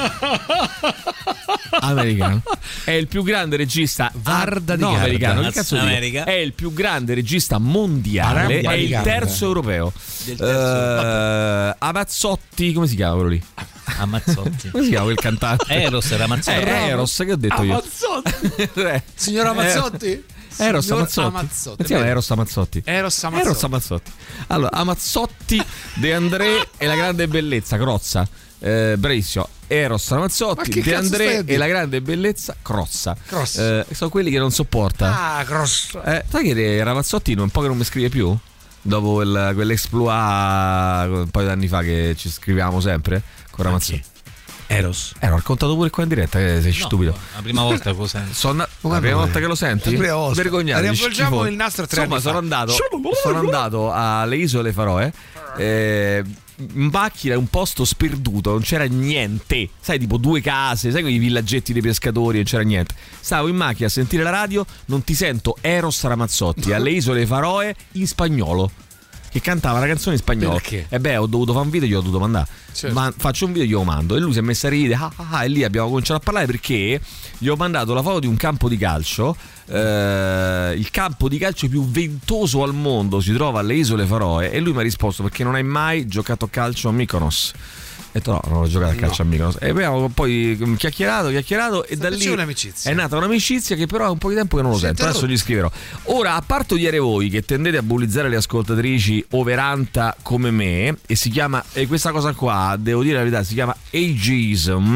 Americano. È il più grande regista Varda di no, Garda. americano. Che cazzo dico? America. È il più grande regista mondiale. Varda È di il Garda. terzo europeo. Del terzo Eh, Amazzotti, come si chiama quello lì? Ammazzotti. Come si chiama quel cantante? Eros era Mazzotti. Eh, Eros, che ho detto io? Amazzotti. Eh, Signora Amazzotti? Eros Signor Amazzotti. Amazzotti. Come si chiama Eros Amazzotti? Eros Amazzotti. Eros Amazzotti. Allora, Amazzotti, De André e la grande bellezza, Crozza. Eh, bravissimo. Eros Ma Ramazzotti, che De cazzo stai a André dire? e la grande bellezza, Crozza. Crozza. Eh, sono quelli che non sopporta. Ah, grosso. Eh, sai che Ramazzotti un po' che non mi scrive più? Dopo quel, quell'exploit un paio d'anni fa che ci scriviamo sempre con Ramazzotti. Eros. Eh, l'ho raccontato pure qua in diretta, che sei No, stupido. la prima volta cosa? Sono andato- Come la prima mai? volta che lo senti? La prima volta. Vergognatevi, Riavvolgiamo schifosi. il nastro tre Insomma, anni sono fa. andato, sono andato alle Isole Faroe. Eh, in macchina, un posto sperduto, non c'era niente. Sai, tipo due case, sai quei villaggetti dei pescatori, non c'era niente. Stavo in macchina a sentire la radio, non ti sento Eros Ramazzotti alle Isole Faroe in spagnolo. Che cantava una canzone in spagnolo. Perché? E beh, ho dovuto fare un video, glielo ho dovuto mandare. Certo. Ma faccio un video, glielo mando. E lui si è messo a ridere. Ah, ah, ah, e lì abbiamo cominciato a parlare perché gli ho mandato la foto di un campo di calcio. Eh, il campo di calcio più ventoso al mondo si trova alle Isole Faroe. E lui mi ha risposto: perché non hai mai giocato a calcio a Mykonos? Ho detto no, non ho giocato a calcio No. a Mykonos. E abbiamo poi chiacchierato, chiacchierato e da lì C'è un'amicizia. è nata un'amicizia che però è un po' di tempo che non lo Si è sento. Adesso gli scriverò. Ora, a parte odiare voi che tendete a bullizzare le ascoltatrici overanta come me, e si chiama, e questa cosa qua, devo dire la verità, si chiama ageism,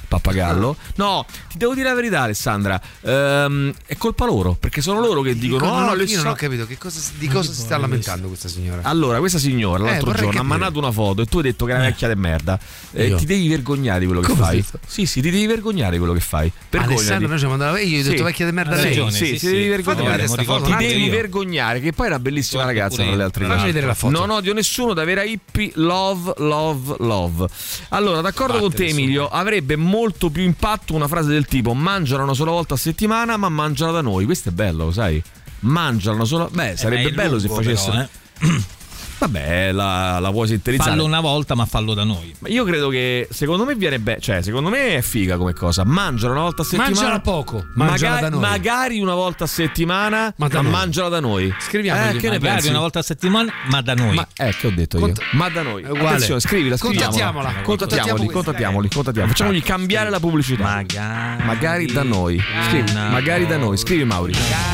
Pappagallo. No, ti devo dire la verità, Alessandra, ehm, è colpa loro, perché sono loro che dicono Dico, oh, no, Alessandra... io non ho capito che cosa, di cosa si sta lamentando questa signora. Allora, questa signora l'altro Eh, vorrei giorno ha capire. mandato una foto e tu hai detto che era vecchia di merda. Eh, Io? ti devi vergognare di quello che Come fai. ho detto? Sì, sì, ti devi vergognare di quello che fai. Vergognati. Alessandro, noi ci mandato io gli ho detto Sì. vecchia di merda Ha lei. ragione, sì, sì, ti devi vergognare. Fatemi vedere sta foto, Ti un devi attimo. vergognare, che poi è una bellissima Guarda ragazza pure tra le io. altre Fammi cose. vedere la foto. Non odio nessuno, da vera hippie, love, love, love. Allora, d'accordo con te, Emilio, avrebbe molto più impatto una frase del tipo mangiano una sola volta a settimana, ma mangiala da noi. Questo è bello, lo sai? Mangiano una sola. Beh, sarebbe è bello lungo, se facesse. però, eh. Vabbè, la, la vuoi sintetizzare? Fallo una volta, ma fallo da noi. Ma io credo che secondo me viene bene, cioè secondo me è figa come cosa. Mangiala una volta a settimana. Mangiala poco, mangiala magari, da noi. magari una volta a settimana, ma, da noi. mangiala da noi. Scriviamogli, eh, che ne Magari pensi? una volta a settimana, ma da noi. Ma eh, che ho detto io? Cont- Ma da noi. È uguale. Attenzione, scrivila, scriviamola. Contattiamola. Contattiamoli, contattiamoli, contattiamoli. Facciamogli cambiare la pubblicità. Magari, magari da noi. Scrivi, da magari da noi. Scrivi, Mauri.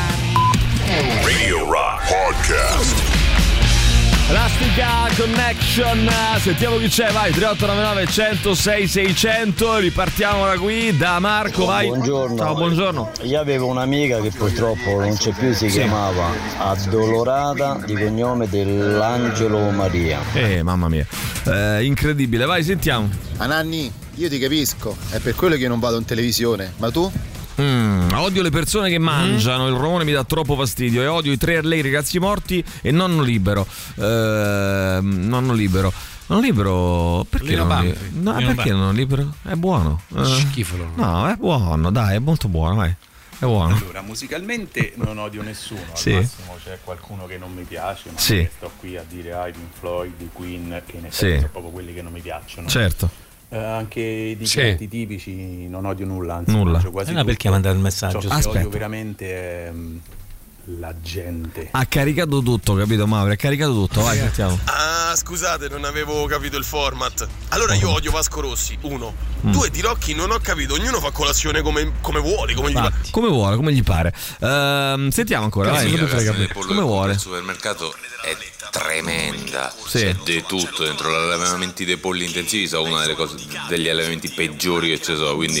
Radio Rock Podcast. Elastica Connection, sentiamo chi c'è, vai, tre otto nove nove uno zero zero sei sei zero zero, ripartiamo da qui, da Marco, vai. Buongiorno. Ciao, buongiorno. Io avevo un'amica che purtroppo non c'è più, si Sì. chiamava Addolorata, di cognome dell'Angelo Maria. Eh, mamma mia, eh, incredibile, vai, sentiamo. Ananni, io ti capisco, è per quello che io non vado in televisione, ma tu? Mm, odio le persone che mangiano, il rumore mi dà troppo fastidio e odio i tre lei ragazzi morti e nonno libero. Eh, nonno libero. Nonno libero, perché Lino non, li- Banfi. no, Lino perché Banfi. non libero? È buono. Eh, Schifo. No, è buono, dai, è molto buono, vai. È buono. Allora, musicalmente non odio nessuno, al Sì. massimo c'è qualcuno che non mi piace, ma Sì. non è che sto qui a dire ah, i Pink Floyd, i Queen, che ne Sì. sono proprio quelli che non mi piacciono. Certo. Eh, anche di Sì. piatti tipici non odio nulla, anzi Nulla. mangio quasi Allora tutto. perché mandare il messaggio? Ciò che Aspetta. odio veramente è mm, la gente. Ha caricato tutto, capito Mauro? Ha caricato tutto, vai, sentiamo. Ah, scusate, non avevo capito il format. Allora io odio Vasco Rossi, uno. Mm. Due, di Rocchi non ho capito, ognuno fa colazione come, come vuole, come gli Va, va. come vuole, come gli pare. Ehm, sentiamo ancora, vai. Sì, la Come carne frega- del pollo come del vuole. supermercato è tremenda. Sì. C'è di tutto dentro. Gli allevamenti dei polli intensivi sono una delle cose, degli allevamenti peggiori che ci sono, quindi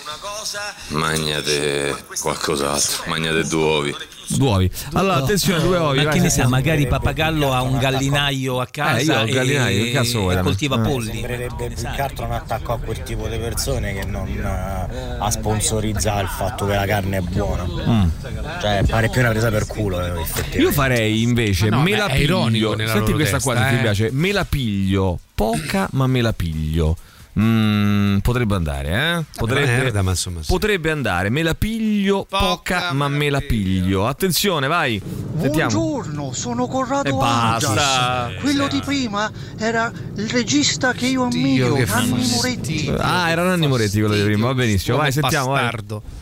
magnate qualcos'altro, magnate due uovi. Due uovi. Allora, attenzione, due uovi. Ma vai, che ne sa, sentiamo. magari Pappagallo ha un gallinaio a casa Eh, io ho il gallinaio, e, che cazzo vuoi e da me? coltiva Eh. polli. Sembrerebbe più che altro un attacco a quel tipo di persone che non eh, a sponsorizzare il fatto che la carne è buona. Mm. Cioè, pare più una presa per culo, eh, effettivamente. Io farei invece Ma no, me ma la è ironico piglio. nella Senti loro questa qua testa, se ti eh. piace. Me la piglio poca, ma me la piglio. Mm, potrebbe andare, eh? Potrebbe, merda, ma insomma, sì. potrebbe andare. Me la piglio poca, ma me la piglio. Attenzione, vai. Sentiamo. Buongiorno, sono Corrado E basta. Angias. Quello di prima era il regista che io ammiro, che Nanni fastidio. Moretti. Ah, era Nanni Moretti quello di prima. Va benissimo. Vai, sentiamo. Vai.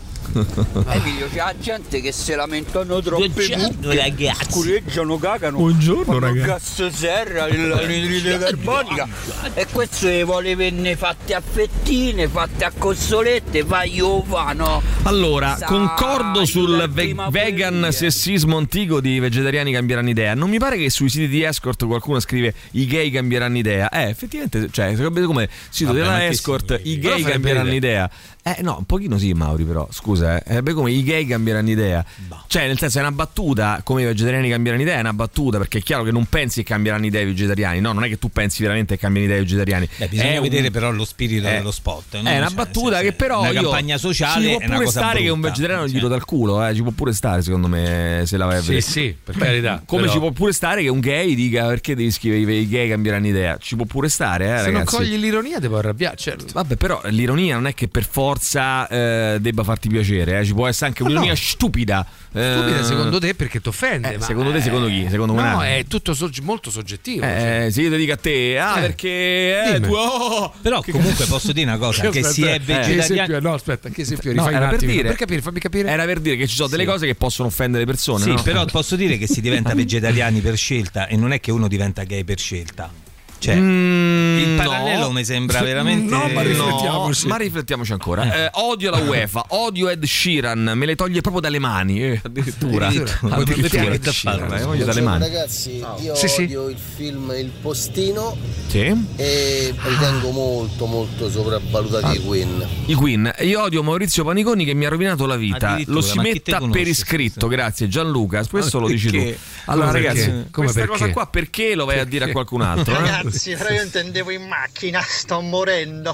Emilio, c'è gente che si lamentano troppo. Buongiorno, ragazzi. Scureggiano, cagano. Buongiorno, fanno ragazzi. gas serra, l'anidride carbonica. E questo le vuole venne fatte a fettine, fatte a cossolette, fai ovano. Allora, Sai, concordo sul la ve- prima vegan sessismo antico di vegetariani cambieranno idea. Non mi pare che sui siti di escort qualcuno scrive i gay cambieranno idea. Eh, effettivamente, cioè, sarebbe come sito Vabbè, della ma che escort, i Però gay farebbe cambieranno idea. idea. Eh, no, un pochino sì, Mauri, però, scusa, eh. Sarebbe come i gay cambieranno idea. Cioè, nel senso, è una battuta, come i vegetariani cambieranno idea, è una battuta, perché è chiaro che non pensi che cambieranno idea i vegetariani. No, non è che tu pensi veramente che cambiano idea i vegetariani. Beh, bisogna È un- vedere però lo spirito è- dello spot. no? È una Cioè, battuta nel che senso, però una io campagna sociale ci è può una pure cosa stare che un brutta. vegetariano gli dal culo, eh, ci può pure stare secondo me se la vai a Sì, vedere. sì, per Beh, carità, come però- ci può pure stare che un gay dica perché devi scrivere i gay cambieranno idea. Ci può pure stare, eh, Se ragazzi. non cogli l'ironia ti può arrabbiare, certo. Vabbè, però l'ironia non è che per forza eh, debba farti piacere, eh. Ci può essere anche un'ironia no. stupida. eh, Stupida secondo te perché ti offende. eh, ma secondo te, secondo chi? Secondo no, Menardi? è tutto sogge- molto soggettivo. cioè. Eh, se io ti dico a te, ah, Eh. perché eh, Dimmi. tu, oh, Però comunque posso dire una cosa, che Aspetta, si è eh, che vegetariani. esempio- no, aspetta, che esempio No, rifai era un per attimo, dire- per capire, fammi capire. Era per dire che ci sono delle Sì. cose che possono offendere le persone. Sì, no? però posso dire che si diventa vegetariani per scelta e non è che uno diventa gay per scelta. Cioè, Mm, il parallelo no. mi sembra veramente. No, ma riflettiamoci. No, ma riflettiamoci ancora. Eh, odio la UEFA, odio Ed Sheeran, me le toglie proprio dalle mani. Eh, addirittura. Addirittura. Addirittura. Che Ed da Sheeran, fare? eh, voglio dalle mani. Ragazzi, io Sì, sì. odio il film Il Postino Sì. e ritengo molto molto sopravvalutati i Queen. I Queen. Io odio Maurizio Paniconi che mi ha rovinato la vita. Addirittura, Lo si ma chi te metta conosce? per iscritto, grazie Gianluca. Questo Ma lo dici tu. perché? Allora, Come ragazzi, perché? Come questa perché? cosa qua perché lo vai a dire a qualcun altro? eh? Ragazzi, però io intendevo in macchina, sto morendo.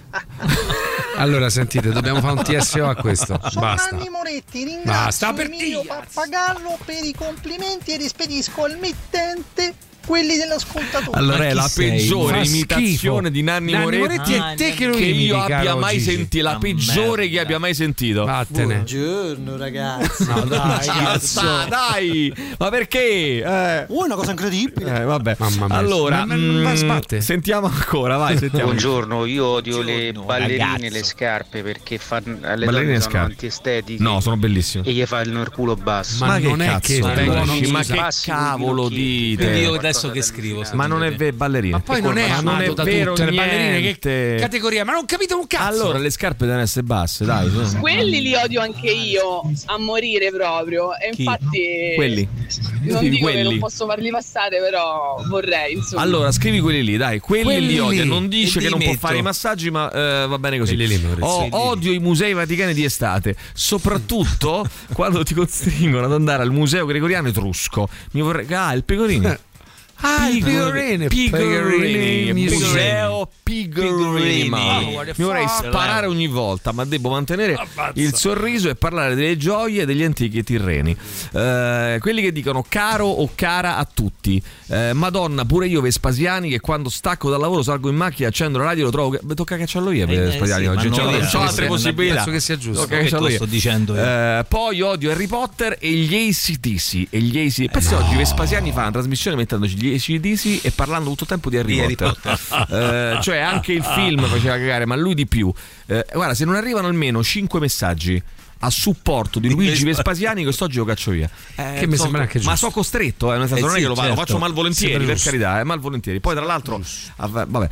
Allora, sentite, dobbiamo fare un T S O a questo. Sono Basta. Nanni Moretti, Basta, ringrazio per Emilio Dio. Pappagallo per i complimenti e rispedisco al mittente quelli dell'ascoltatore. Allora è chi la sei? peggiore Fa imitazione schifo. di Nanni, Nanni Moretti, Moretti è te che lo che imiti, io abbia caro mai Gigi. sentito, la Ah, peggiore merda. che abbia mai sentito. Vattene. Buongiorno ragazzi. No, dai, Cazzo. cazzo, dai, ma perché? Eh, Oh, è una cosa incredibile. eh, vabbè. Mamma mia. Allora, Ma- ma- ma mm, sbatte. sentiamo ancora, vai, sentiamo. Buongiorno, io odio le Buongiorno, ballerine ragazzo. e le scarpe perché fanno, alle Ballerine donne e sono scarpe. antiestetiche No, sono bellissime. e gli fanno il culo basso. Ma, Ma che non è cazzo che vengono vengono usciti? Ma usate. che Massimo cavolo Ghirocchi. dite? Quindi io Qualcosa adesso che da scrivo? allucinante. Ma non è vero, ballerine. Ma poi non è Ma non amato è da vero tutte le ballerine. niente. Che categoria? Ma non capite un cazzo. Allora, le scarpe devono essere basse, dai. su. Quelli li odio anche io a morire proprio. E Chi? infatti Quelli. non Scrivi dico che quelli. non posso farli passare, però vorrei, insomma. Allora, scrivi quelli lì, dai. Quelli, Quelli li odia. lì. Non dice E che li non può metto. fare i massaggi, ma eh, va bene così. Quelli lì, Maurizio. Oh, Quelli lì. odio i musei vaticani di estate, soprattutto quando ti costringono ad andare al museo gregoriano etrusco. Mi vorrei. Ah, il pecorino. Ah, il Pigorini. Pigorini, Museum. museo Pigorini. Ma Oh, mi vorrei sparare ogni volta, ma devo mantenere il sorriso e parlare delle gioie degli antichi tirreni. Eh, quelli che dicono caro o cara a tutti. Eh, Madonna, pure io Vespasiani, che quando stacco dal lavoro salgo in macchina, accendo la radio, lo trovo che beh, tocca cacciarlo io Eh, Vespasiani sì, oggi. ma Cioè, no, non penso c'ho che altre sia- possibilità. penso che sia giusto. Tocca Che te cacciarlo lo io. sto dicendo io. Eh, poi odio Harry Potter e gli A C D C e gli A C D C. Pensi oggi Vespasiani fa una trasmissione mettendoci gli A C D C e parlando tutto il tempo di Harry Di Harry Potter, Eh, cioè anche il film faceva cagare, ma lui di più. Eh, guarda, se non arrivano almeno cinque messaggi a supporto di Luigi Vespasiani, quest'oggi lo caccio via. Eh, Che mi so- sembra anche ma giusto. sono costretto, eh, nel senso Eh non è sì, che lo, fa- lo certo. faccio malvolentieri, Sembra per giusto. carità, è malvolentieri. Poi tra l'altro, ah, va- vabbè,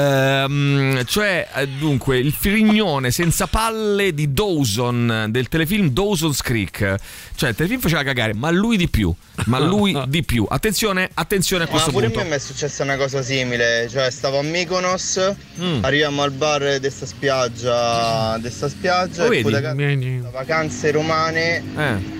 Ehm, cioè eh, dunque il frignone senza palle di Dawson del telefilm Dawson's Creek. Cioè il telefilm faceva cagare, ma lui di più, ma lui di più. Attenzione, attenzione a Ma questo pure punto. a me mi è successa una cosa simile, cioè stavo a Mykonos, Mm. arriviamo al bar di sta spiaggia, di sta spiaggia Lo e poi vedi? da ca- vacanze romane Eh.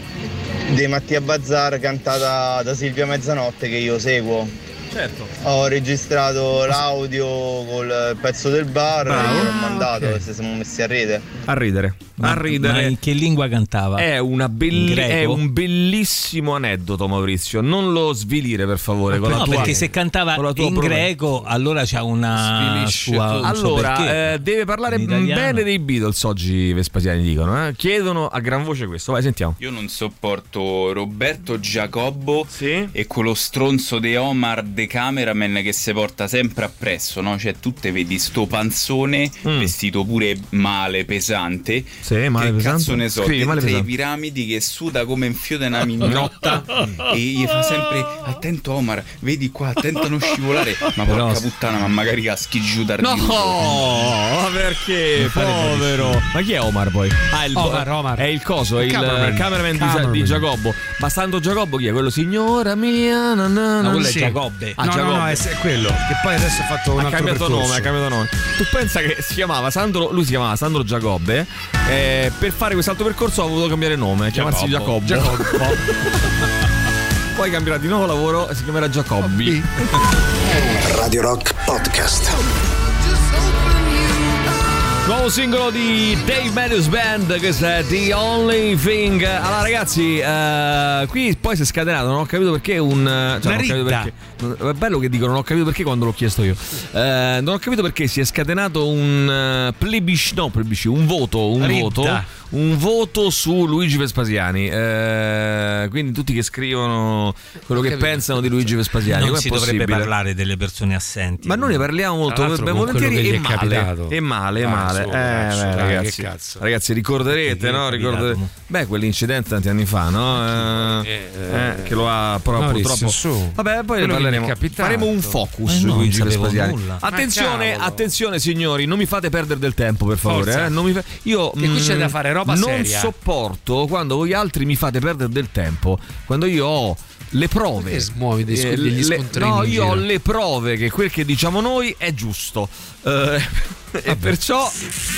di Mattia Bazzar cantata da Silvia Mezzanotte che io seguo. Certo. Ho registrato l'audio col pezzo del bar Bravo. e l'ho mandato ok. e ci siamo messi a rete. A ridere, Ma- a ridere. Ma in che lingua cantava? È, una belli- In greco? è un bellissimo aneddoto, Maurizio. Non lo svilire, per favore. Con no, la tua, perché se cantava con la tua in prova- greco, allora c'ha una Svilisce sua. tutto. non so Allora, perché. eh, deve parlare In italiano. bene dei Beatles oggi. Vespasiani dicono, eh? Chiedono a gran voce questo. Vai, sentiamo. Io non sopporto Roberto Giacobbo Sì? e quello stronzo de Omar de Cameraman che si porta sempre appresso, no? Cioè tu te vedi sto panzone Mm. vestito pure male, pesante. Sì, male che pesante. cazzo ne so, Scrivi, male dentro le pesante. piramidi che suda come un fio di una mignotta e gli fa sempre attento Omar, vedi qua, attento a non scivolare. Ma Però- porca puttana, ma magari caschi giù dal No, riso. ma perché? Povero. Ma chi è Omar poi? Ah, il Omar, Omar. È il coso, è il Cameraman. cameraman, di, Cameraman. di Giacobbo. Ma Sandro Giacobbo chi è? Quello signora mia. Na, na, No, na. quello è Sì. Giacobbe. Ah, no, no, Giacobbe. no, è è quello. Che poi adesso ha fatto un Ha altro cambiato percorso. nome, ha cambiato nome. Tu pensa che si chiamava Sandro, lui si chiamava Sandro Giacobbe. Eh, per fare quest'altro percorso ha voluto cambiare nome, chiamarsi Giacobbo. Giacobbo. Poi cambierà di nuovo lavoro e si chiamerà Giacobbi. Radio Rock Podcast. Nuovo singolo di Dave Matthews Band, questo è The Only Thing. Allora ragazzi, eh, qui poi si è scatenato, non ho capito perché un... Cioè, non ho capito ritta. perché, è bello che dicono, non ho capito perché quando l'ho chiesto io. Eh, non ho capito perché si è scatenato un uh, plebisch, no plebisch, un voto, un Ritta. voto, un voto su Luigi Vespasiani. Eh, quindi tutti che scrivono quello che capito. pensano di Luigi Vespasiani. Non Com'è si dovrebbe possibile? parlare delle persone assenti. Ma noi ne parliamo molto Tra l'altro, ben con quello volentieri che gli e è male, capitato. e male, e Ah, male. male. solo, eh, ragazzi, beh, dai, ragazzi, che cazzo. ragazzi, ricorderete, Che no? è Ricordate... capitato? Beh, quell'incidente tanti anni fa, no? Eh, eh, che lo ha però Maurizio, purtroppo. su. Vabbè, poi Quello ne parleremo. che mi è capitato. Faremo un focus Eh su no, Luigi non sapevo Vespasiani. nulla. Attenzione, Ma attenzione, signori, non mi fate perdere del tempo, per favore. Forza. Eh? Non mi fa... Io Che qui c'è mm, da fare roba non seria. sopporto quando voi altri mi fate perdere del tempo. Quando io ho le prove. Perché smuovi dei scu- degli le- scontrini No, in io ho giro? le prove che quel che diciamo noi è giusto. Eh, e perciò.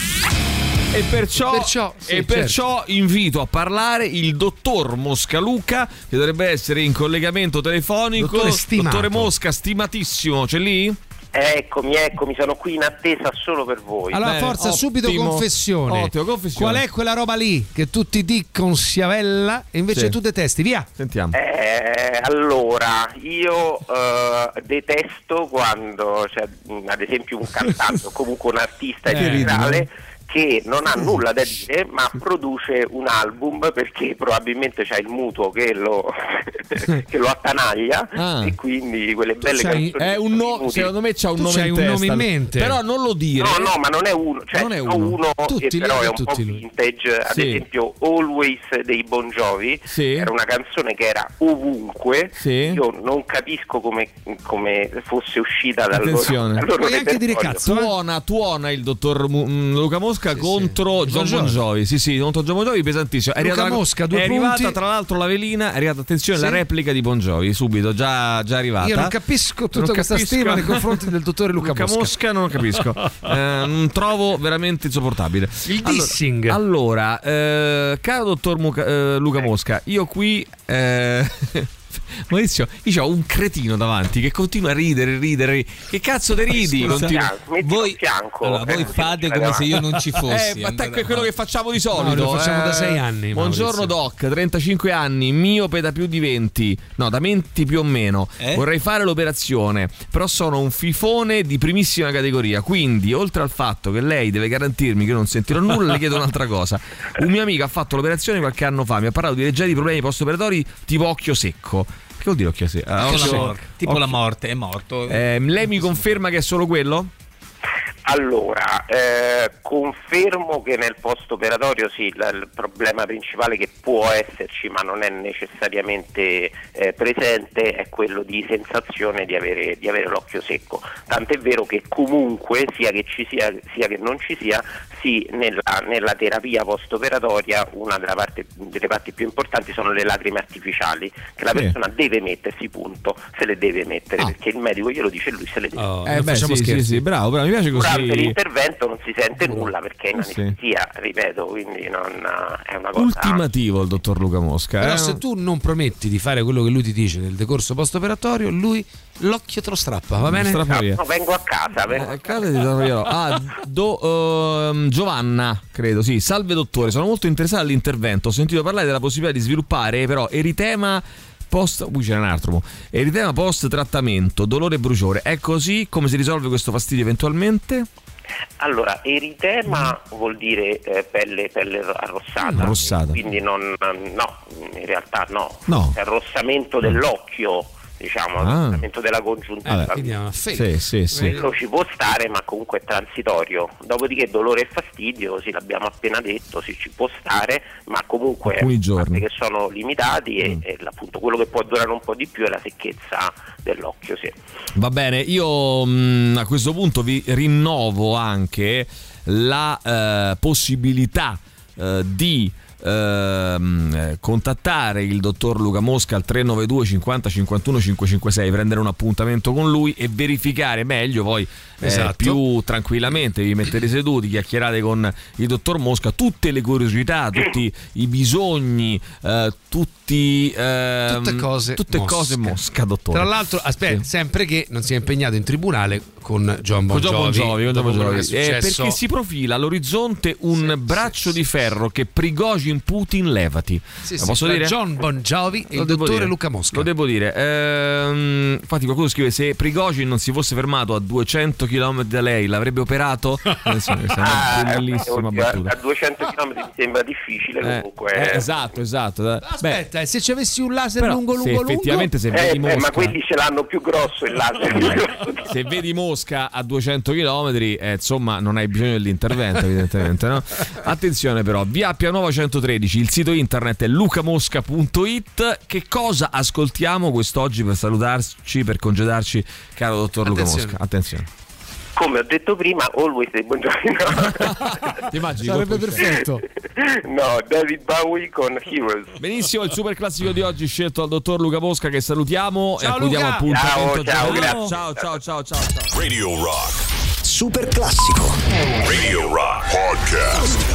E perciò, Perciò, sì, e perciò certo. invito a parlare il dottor Moscaluca, che dovrebbe essere in collegamento telefonico. Dottore stimato. Dottore Mosca, stimatissimo, c'è lì? Eccomi, eccomi, sono qui in attesa solo per voi. Allora, Bene, forza, subito ottimo. confessione. Ottimo, confessione. Qual è quella roba lì che tutti dicono sia bella e invece Sì. tu detesti? Via. Sentiamo. Eh, allora, io eh, detesto quando c'è mh, ad esempio un cantante o comunque un artista in Eh, generale che non ha nulla da dire ma produce un album perché probabilmente c'ha il mutuo che lo, che lo attanaglia Ah. e quindi quelle belle c'hai- canzoni È un sono no, inutili. secondo me c'ha un Tu nome c'hai in un testa. nome in mente. Però non lo dire. No, no, ma non è uno, cioè Non è no, uno. uno Tutti che li però ha è un tutti po' lui. vintage, ad Sì. esempio Always dei Bon Jovi, Sì. era una canzone che era ovunque, Sì. io non capisco come, come fosse uscita dal loro, Attenzione. dal loro Puoi anche dire repertorio. cazzo. Tuona, tuona il dottor Mu- mm, Luca Mosca Sì, contro sì. John Bon Bon Jovi. Jovi. Sì, sì, contro John Bon Jovi, pesantissimo. È Luca arrivata la- Mosca, due è arrivata punti. tra l'altro la velina, è arrivata, attenzione, Sì. la replica di Bon Jovi, subito, già, già arrivata. Io non capisco tutta Non questa capisco- stima nei confronti del dottore Luca, Luca Mosca non lo capisco. Eh, non trovo veramente insopportabile. Il Allora- dissing. Allora, eh, caro dottor Muca- eh, Luca Mosca, io qui eh, Maurizio, io ho un cretino davanti che continua a ridere, ridere. Che cazzo te ridi? Scusa, Continua- metti Voi- un fianco. allora, voi Eh, fate sì, come se io non ci Eh, fossi. ma te- andate è quello avanti. che facciamo di No, solito. lo facciamo eh. da sei anni, Buongiorno Maurizio. Doc, trentacinque anni, miope da più di venti. No, da venti più o meno. Eh? Vorrei fare l'operazione, però sono un fifone di primissima categoria. Quindi, oltre al fatto che lei deve garantirmi che non sentirò nulla, le chiedo un'altra cosa. Un mio amico ha fatto l'operazione qualche anno fa, mi ha parlato di leggeri problemi post-operatori tipo occhio secco. Che vuol dire occhio secco? Ah, Tipo occhio la secco. morte, tipo Occhio- la morte, è morto. Eh, lei mi conferma che è solo quello? Allora, eh, confermo che nel post operatorio sì, la- il problema principale che può esserci ma non è necessariamente eh, presente è quello di sensazione di avere, di avere l'occhio secco, tant'è vero che comunque sia che ci sia sia che non ci sia, sì, nella, nella terapia post operatoria una della parte, delle parti più importanti sono le lacrime artificiali che la Sì. persona deve mettersi, punto, se le deve mettere Ah. perché il medico glielo dice e lui se le deve Oh, Eh non beh, facciamo sì, sì, scherzi. sì, bravo, bravo, mi piace così. Durante l'intervento non si sente nulla perché è in Sì. anestesia, ripeto, quindi non è una cosa. Ultimativo il dottor Luca Mosca. Però eh? se tu non prometti di fare quello che lui ti dice nel decorso post-operatorio, lui l'occhio te lo strappa, va bene? Strappa via. No, vengo a casa, vengo Eh, a casa di Don Rogliolo. Ah, do- ehm, Giovanna, credo, sì. Salve dottore, sono molto interessato all'intervento. Ho sentito parlare della possibilità di sviluppare però eritema post uh, c'era un altro eritema post trattamento, dolore e bruciore. È così? Come si risolve questo fastidio eventualmente? Allora, eritema vuol dire eh, pelle, pelle arrossata, Arrossata. quindi non, no, in realtà no, No. È arrossamento dell'occhio, diciamo, Ah. arrossamento della congiuntiva. Vabbè. Quindi è una fake. Sì, sì, sì. Quello ci può stare, ma comunque è transitorio. Dopodiché dolore e fastidio, sì, l'abbiamo appena detto, sì, ci può stare, ma comunque Alcuni a giorni. parte che sono limitati e, e appunto quello che può durare un po' di più è la secchezza dell'occhio, sì. Va bene, io mh, a questo punto vi rinnovo anche la eh, possibilità eh, di ehm, eh, contattare il dottor Luca Mosca al tre nove due cinquanta cinquantuno cinquecentocinquantasei, prendere un appuntamento con lui e verificare meglio poi eh, Esatto. più tranquillamente, vi mettete seduti, chiacchierate con il dottor Mosca, tutte le curiosità, tutti i bisogni, eh, tutti ehm, Tutte cose tutte Mosca. cose Mosca, dottore. Tra l'altro, aspetta, Sì. sempre che non sia impegnato in tribunale con John Bon Con John Bon Jovi, Jovi, con John dopo Bon quello Jovi. che è Eh, successo. perché si profila all'orizzonte un Sì, braccio sì, di sì, ferro che Prigozhin Putin, Putin, levati. Sì, Lo sì, posso tra dire? John Bon Jovi e Lo il devo dottore dire. Luca Mosca. Lo devo dire. Ehm, infatti qualcuno scrive: se Prigozhin non si fosse fermato a duecento chilometri da lei, l'avrebbe operato? Questa è una bellissima battuta. A duecento chilometri mi sembra difficile comunque. Eh, eh, esatto, esatto. Aspetta, eh, se ci avessi un laser Però, lungo, se lungo, effettivamente se Eh, vedi eh, Mosca, ma quelli ce l'hanno più grosso il laser. se vedi Mosca a duecento chilometri, eh, insomma, non hai bisogno dell'intervento, evidentemente, no? Attenzione però, via Appia Nuova centotredici, il sito internet è lucamosca punto it. Che cosa ascoltiamo quest'oggi per salutarci, per congedarci, caro dottor Luca Attenzione. Mosca? Attenzione. Come ho detto prima, Always dei Bon Jovi. No. Ti immagini? Sarebbe perfetto. No, David Bowie con Heroes. Benissimo, il super classico di oggi scelto dal dottor Luca Mosca, che salutiamo. Ciao, e chiudiamo Luca. appuntamento. Ciao, ciao, giornale. grazie. ciao, ciao, ciao, ciao, ciao. Radio Rock. Super classico. Radio Rock Podcast.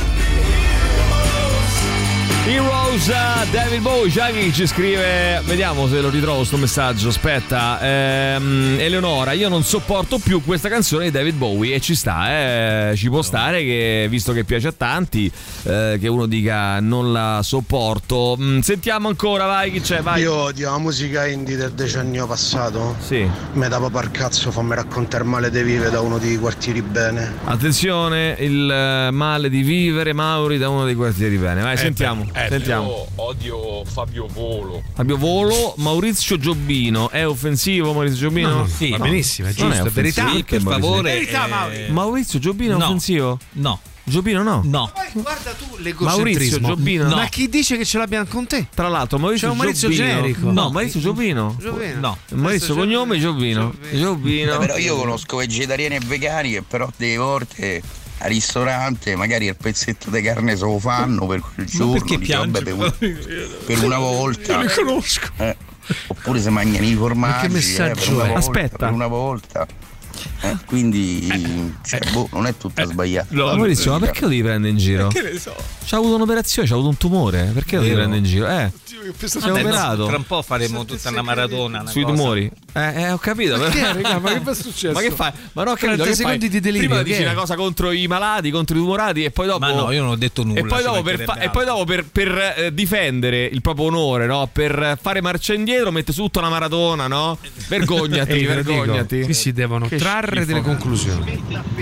Heroes, David Bowie. Shaggy ci scrive, vediamo se lo ritrovo sto messaggio, aspetta. ehm, Eleonora, io non sopporto più questa canzone di David Bowie, e ci sta, eh, ci può stare che, visto che piace a tanti, eh, che uno dica non la sopporto. Mm, sentiamo ancora, vai, chi c'è, vai. Io odio la musica indie del decennio passato. Sì. Me dava par cazzo fammi raccontare male di vive da uno dei quartieri bene. Attenzione, il eh, male di vivere, Mauri, da uno dei quartieri bene. Vai, Eh, sentiamo. beh, eh, sentiamo. Io odio Fabio Volo. Fabio Volo, Maurizio Giobbino. È offensivo Maurizio Giobbino? No, no, sì, Ma benissimo, è non giusto, è offensivo. verità. Perché Per Maurizio? favore, Verità, Mauri. Maurizio Giobbino è No. offensivo? No. Giobbino no? No. Guarda tu Maurizio l'egocentrismo. Giobbino. Ma chi dice che ce l'abbiamo con te? Tra l'altro Maurizio C'è un Maurizio Giobbino. generico. No, Maurizio Giobbino. Giobbino. No. Maurizio cognome Giobbino. Giobbino. Beh, però io conosco vegetariani e vegani che però delle volte al ristorante magari il pezzetto di carne se lo fanno per quel giorno. perché dico, vabbè, piange? per, per una volta. Io li conosco. Eh, oppure se mangiano i formaggi. Ma che messaggio eh, per una è? volta, Aspetta. Per una volta. Eh, quindi cioè, boh, non è tutta sbagliata. Ma Maurizio, ma perché lo devi prendere in giro? Che ne so. C'ha avuto un'operazione, c'ha avuto un tumore. Perché lo devi Vero? prendere in giro? Eh. Si è Vabbè, operato. Tra un po' faremo tutta una maratona. Una Sui cosa. tumori. Eh, eh, ho capito. Ma che però- è, raga? Ma che è successo? Ma che fai? Ma no, ho capito. trenta Che secondi fai? di delirio, Prima che dici è? una cosa contro i malati, contro i tumorati, e poi dopo. Ma no, io non ho detto nulla. E poi ci dopo, per, mancherebbe fa- e poi dopo per, per, eh, difendere il proprio onore, no? Per fare marcia indietro, mette su tutta una maratona, no? Vergognati, Ehi, ve lo dico, vergognati. qui si devono Che trarre schifo. delle conclusioni.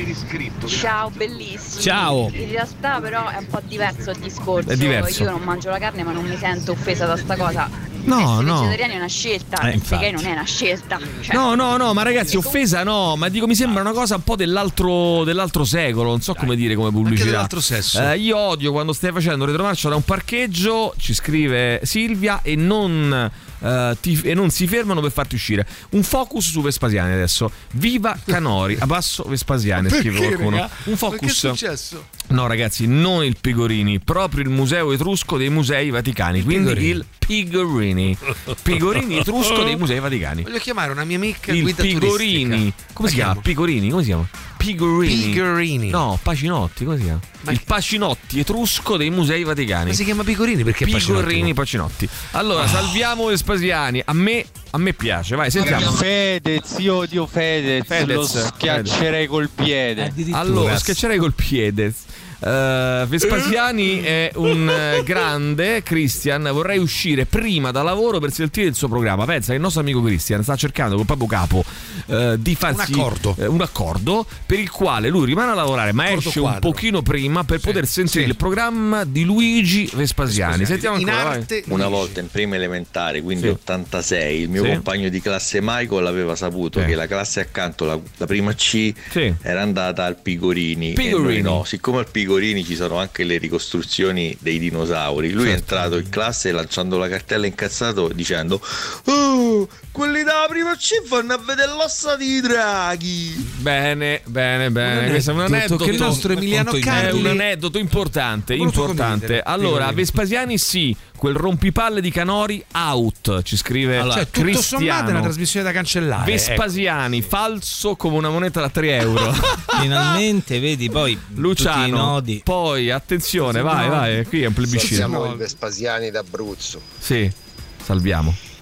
Ciao, bellissimo. Ciao. In realtà però è un po' diverso il discorso. È diverso. Io non mangio la carne ma non mi sento offesa da sta cosa. No, Essere no. vegetariani è una scelta, Eh, essere infatti. gay non è una scelta. Cioè, No, no, no, ma ragazzi, offesa no, ma dico mi sembra una cosa un po' dell'altro, dell'altro secolo, non so come dire come pubblicità. dell'altro sesso. Eh, io odio quando stai facendo retromarcia da un parcheggio, ci scrive Silvia, e non, eh, ti- e non si fermano per farti uscire. Un focus su Vespasiani adesso. Viva Canori, a basso Vespasiani, scrive Perché, qualcuno. raga? Un Ma focus. che è successo? No, ragazzi, non il Pigorini, proprio il museo etrusco dei musei vaticani, quindi Pigorini. il Pigorini. Pigorini etrusco dei musei vaticani. Voglio chiamare una mia amica Il guida Pigorini. turistica. Come si La chiama? chiamo. Pigorini, come si chiama? Pigorini. Pigorini. No, Pacinotti, come si chiama? Ma- Il Pacinotti etrusco dei musei vaticani. Ma si chiama Pigorini perché Pigorini Pacinotti? Pacinotti. Allora, salviamo Vespasiani. A me, a me piace, vai, sentiamo. Fedez, io odio Fedez, Fedez, lo schiaccerei col piede. Allora, schiaccerei col piede. Uh, Vespasiani è un eh, grande Christian. Vorrei uscire prima da lavoro per sentire il suo programma. Pensa che il nostro amico Christian sta cercando col proprio capo eh, di farsi Un accordo. eh, un accordo per il quale lui rimane a lavorare, ma Accordo esce quadro. un pochino prima per poter sentire sì. il programma di Luigi Vespasiani. Sentiamo In ancora, vai. arte Una volta in prima elementare, quindi Sì. ottantasei, il mio Sì. compagno di classe Michael aveva saputo Sì. che la classe accanto, la, la prima C, Sì. era andata al Pigorini. Pigorini. E noi no, siccome al Pigorini ci sono anche le ricostruzioni dei dinosauri, lui è Certo. entrato in classe lanciando la cartella incazzato dicendo: oh, quelli della prima C vanno a vedere l'ossa di draghi. Bene, bene, bene. Un Questo è un aneddoto aneddoto che il nostro Emiliano è Carli- un aneddoto importante, Voluto importante. condividere. Allora, Prego, Vespasiani sì, quel rompipalle di Canori out, ci scrive Allora, cioè, tutto Cristiano. sommato è una trasmissione da cancellare. Vespasiani, falso come una moneta da tre euro. Finalmente vedi poi tutti i Luciano, nodi. poi attenzione, vai, vai, qui è un plebiscito. Salviamo il Vespasiani d'Abruzzo. Sì, salviamo.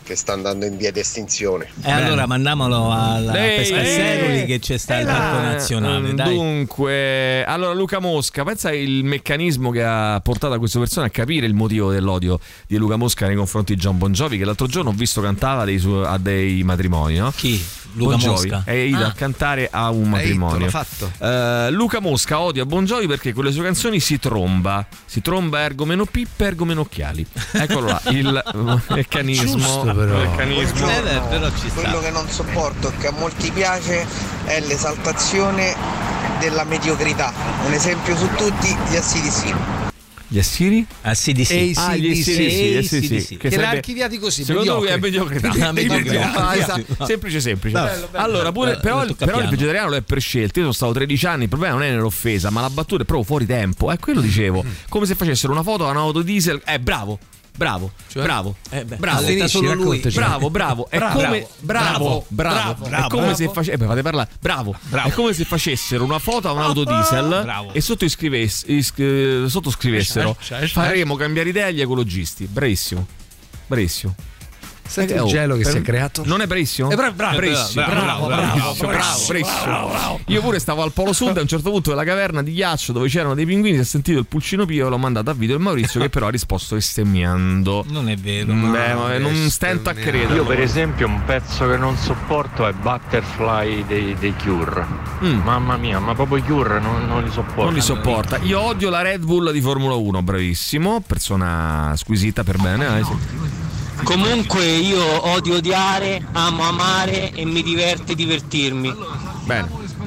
che sta andando in via di estinzione. E allora mandiamolo alla Ehi, Pescasseroli ehi, che c'è sta il eh, parco nazionale. Dai. Dunque, allora Luca Mosca, pensa il meccanismo che ha portato a queste persone a capire il motivo dell'odio di Luca Mosca nei confronti di John Bon Jovi, che l'altro giorno ho visto cantava dei su- a dei matrimoni, no? Chi? Luca Bon Jovi Mosca? è ido Ah. a cantare a un matrimonio. l'ha fatto. Eh, Luca Mosca odia Bon Jovi perché con le sue canzoni si tromba. Si tromba ergo meno pippe, ergo meno occhiali. Eccolo là, il meccanismo. Giusto, però. meccanismo. Eh, beh, però ci sta. Quello che non sopporto e che a molti piace è l'esaltazione della mediocrità. Un esempio su tutti, gli A C D C. Gli Assiri? A C D C. Ah, gli A C D C, sì, sì. Che l'ha archiviati così. Secondo lui è mediocrità. Una mediocrità. Ah, esatto. Semplice, semplice. Bello, bello, allora, pure, bello, però, tocca però il piano. vegetariano lo è per scelta. Io sono stato tredici anni. Il problema non è nell'offesa, ma la battuta è proprio fuori tempo. È quello dicevo. Come se facessero una foto a un'auto diesel. Eh, bravo. Bravo, Cioè? bravo, Eh beh, bravo, all'età solo lui. bravo, bravo, è Bravo. come bravo, bravo, bravo, è bravo, come bravo. se face- eh, beh, fate parlare, bravo, Bravo. è come se facessero una foto a un'auto diesel Bravo. e sotto iscrivess- is- eh, sottoscrivessero Cioè, cioè, faremo cambiare idea agli ecologisti. Bravissimo, bravissimo. Senti Eh, il oh, gelo che per- si è creato. Non è bravissimo? Eh, bravo, bravo, bravissimo, bravo, bravo, bravo, bravissimo, bravo, bravo, bravissimo. Io pure stavo al Polo Sud a un certo punto della caverna di ghiaccio dove c'erano dei pinguini, si è sentito il pulcino pio e l'ho mandato a video il Maurizio che però ha risposto bestemmiando. Non è vero. Mm, Beh, ma non stento a credere. Io per esempio un pezzo che non sopporto è Butterfly dei, dei Cure. Mm. Mamma mia, ma proprio i Cure non, non li sopporto. Non li sopporta. Io odio la Red Bull di Formula uno, bravissimo, persona squisita per bene. eh, sì. Comunque io odio odiare, amo amare e mi diverte divertirmi. Bene.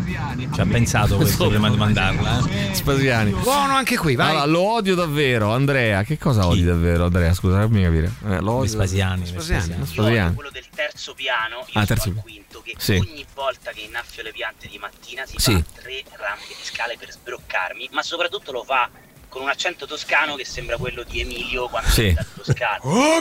Ci ha pensato questo prima di mandarla. Eh? Spasiani. Buono anche qui, vai. Allora, lo odio davvero, Andrea. Che cosa odi davvero, Andrea? Scusa, fammi capire. Eh, lo odio. Spasiani. Spasiani. Spasiani. Quello del terzo piano, io Ah, sto terzo al piano. quinto, che Sì. ogni volta che innaffio le piante di mattina si Sì. fa tre rampe di scale per sbroccarmi, ma soprattutto lo fa con un accento toscano che sembra quello di Emilio quando Sì. è da Toscano. Oh,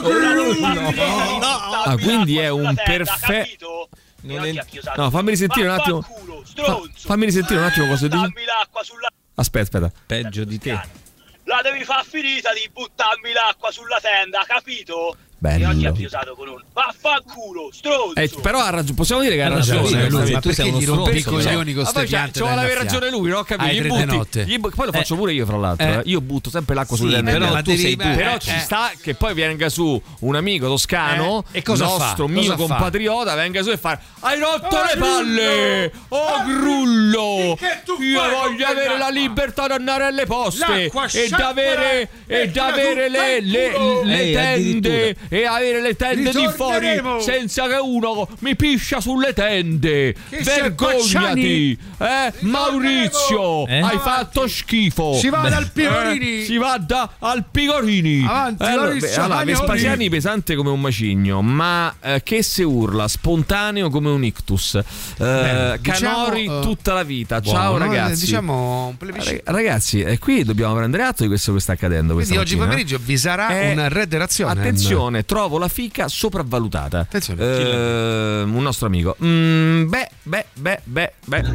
Ah, quindi è un perfetto. Capito? E Non oggi è- ha chiusato No, fammi risentire un attimo. Vaffanculo, Fa- stronzo. fammi risentire un attimo cosa dici. Buttarmi l'acqua sulla Aspetta, aspetta. Peggio di te. La devi far finita di buttarmi l'acqua sulla tenda, capito? Bello. E oggi ha chiusato con un vaffanculo, stronzo. Eh, però ha ragione, possiamo dire che ha Ha ragione. ragione, lui, Sì. ma tu sei perché uno gli rompi i stronzo, coglioni con Ma ste poi c'ha, piante c'ha da avere innaffiare? ragione lui, no? Capito? Ai Gli tre di butti, notte. gli bu- poi lo Eh. faccio pure io, fra l'altro. Eh. eh. Io butto sempre l'acqua sulle Sì, tende. però ma tu devi- sei tu. eh, Però eh, ci eh. sta che poi venga su un amico toscano, Eh, e cosa nostro fa? mio Cosa fa? compatriota, venga su e fa: hai rotto le palle! Oh grullo! Io voglio avere la libertà di andare alle poste L'acqua e d'avere sciacquera e d'avere tira le, tutto le, il culo. le Ehi, tende addirittura. e avere le tende di fuori Ritorneremo. senza che uno mi piscia sulle tende. Che sei Vergognati, eh? Maurizio, Eh? hai fatto schifo. Si va Beh, dal Pigorini. eh, si va da, al Pigorini. Avanti, allora, Maurizio, beh, allora, Agnoni. Vespasiani pesante come un macigno, ma eh, che se urla, spontaneo come un ictus. Eh, Beh, Canori diciamo, eh, tutta la vita. buono, Ciao no? ragazzi. Diciamo un plebiscito. Rag- Ragazzi, eh, qui dobbiamo prendere atto di questo che sta accadendo. Quindi questa oggi mattina, pomeriggio vi sarà Eh, una Red Razionen. Attenzione, trovo la fica sopravvalutata. Attenzione. Eh, un nostro amico. Mm, beh, beh, beh, beh,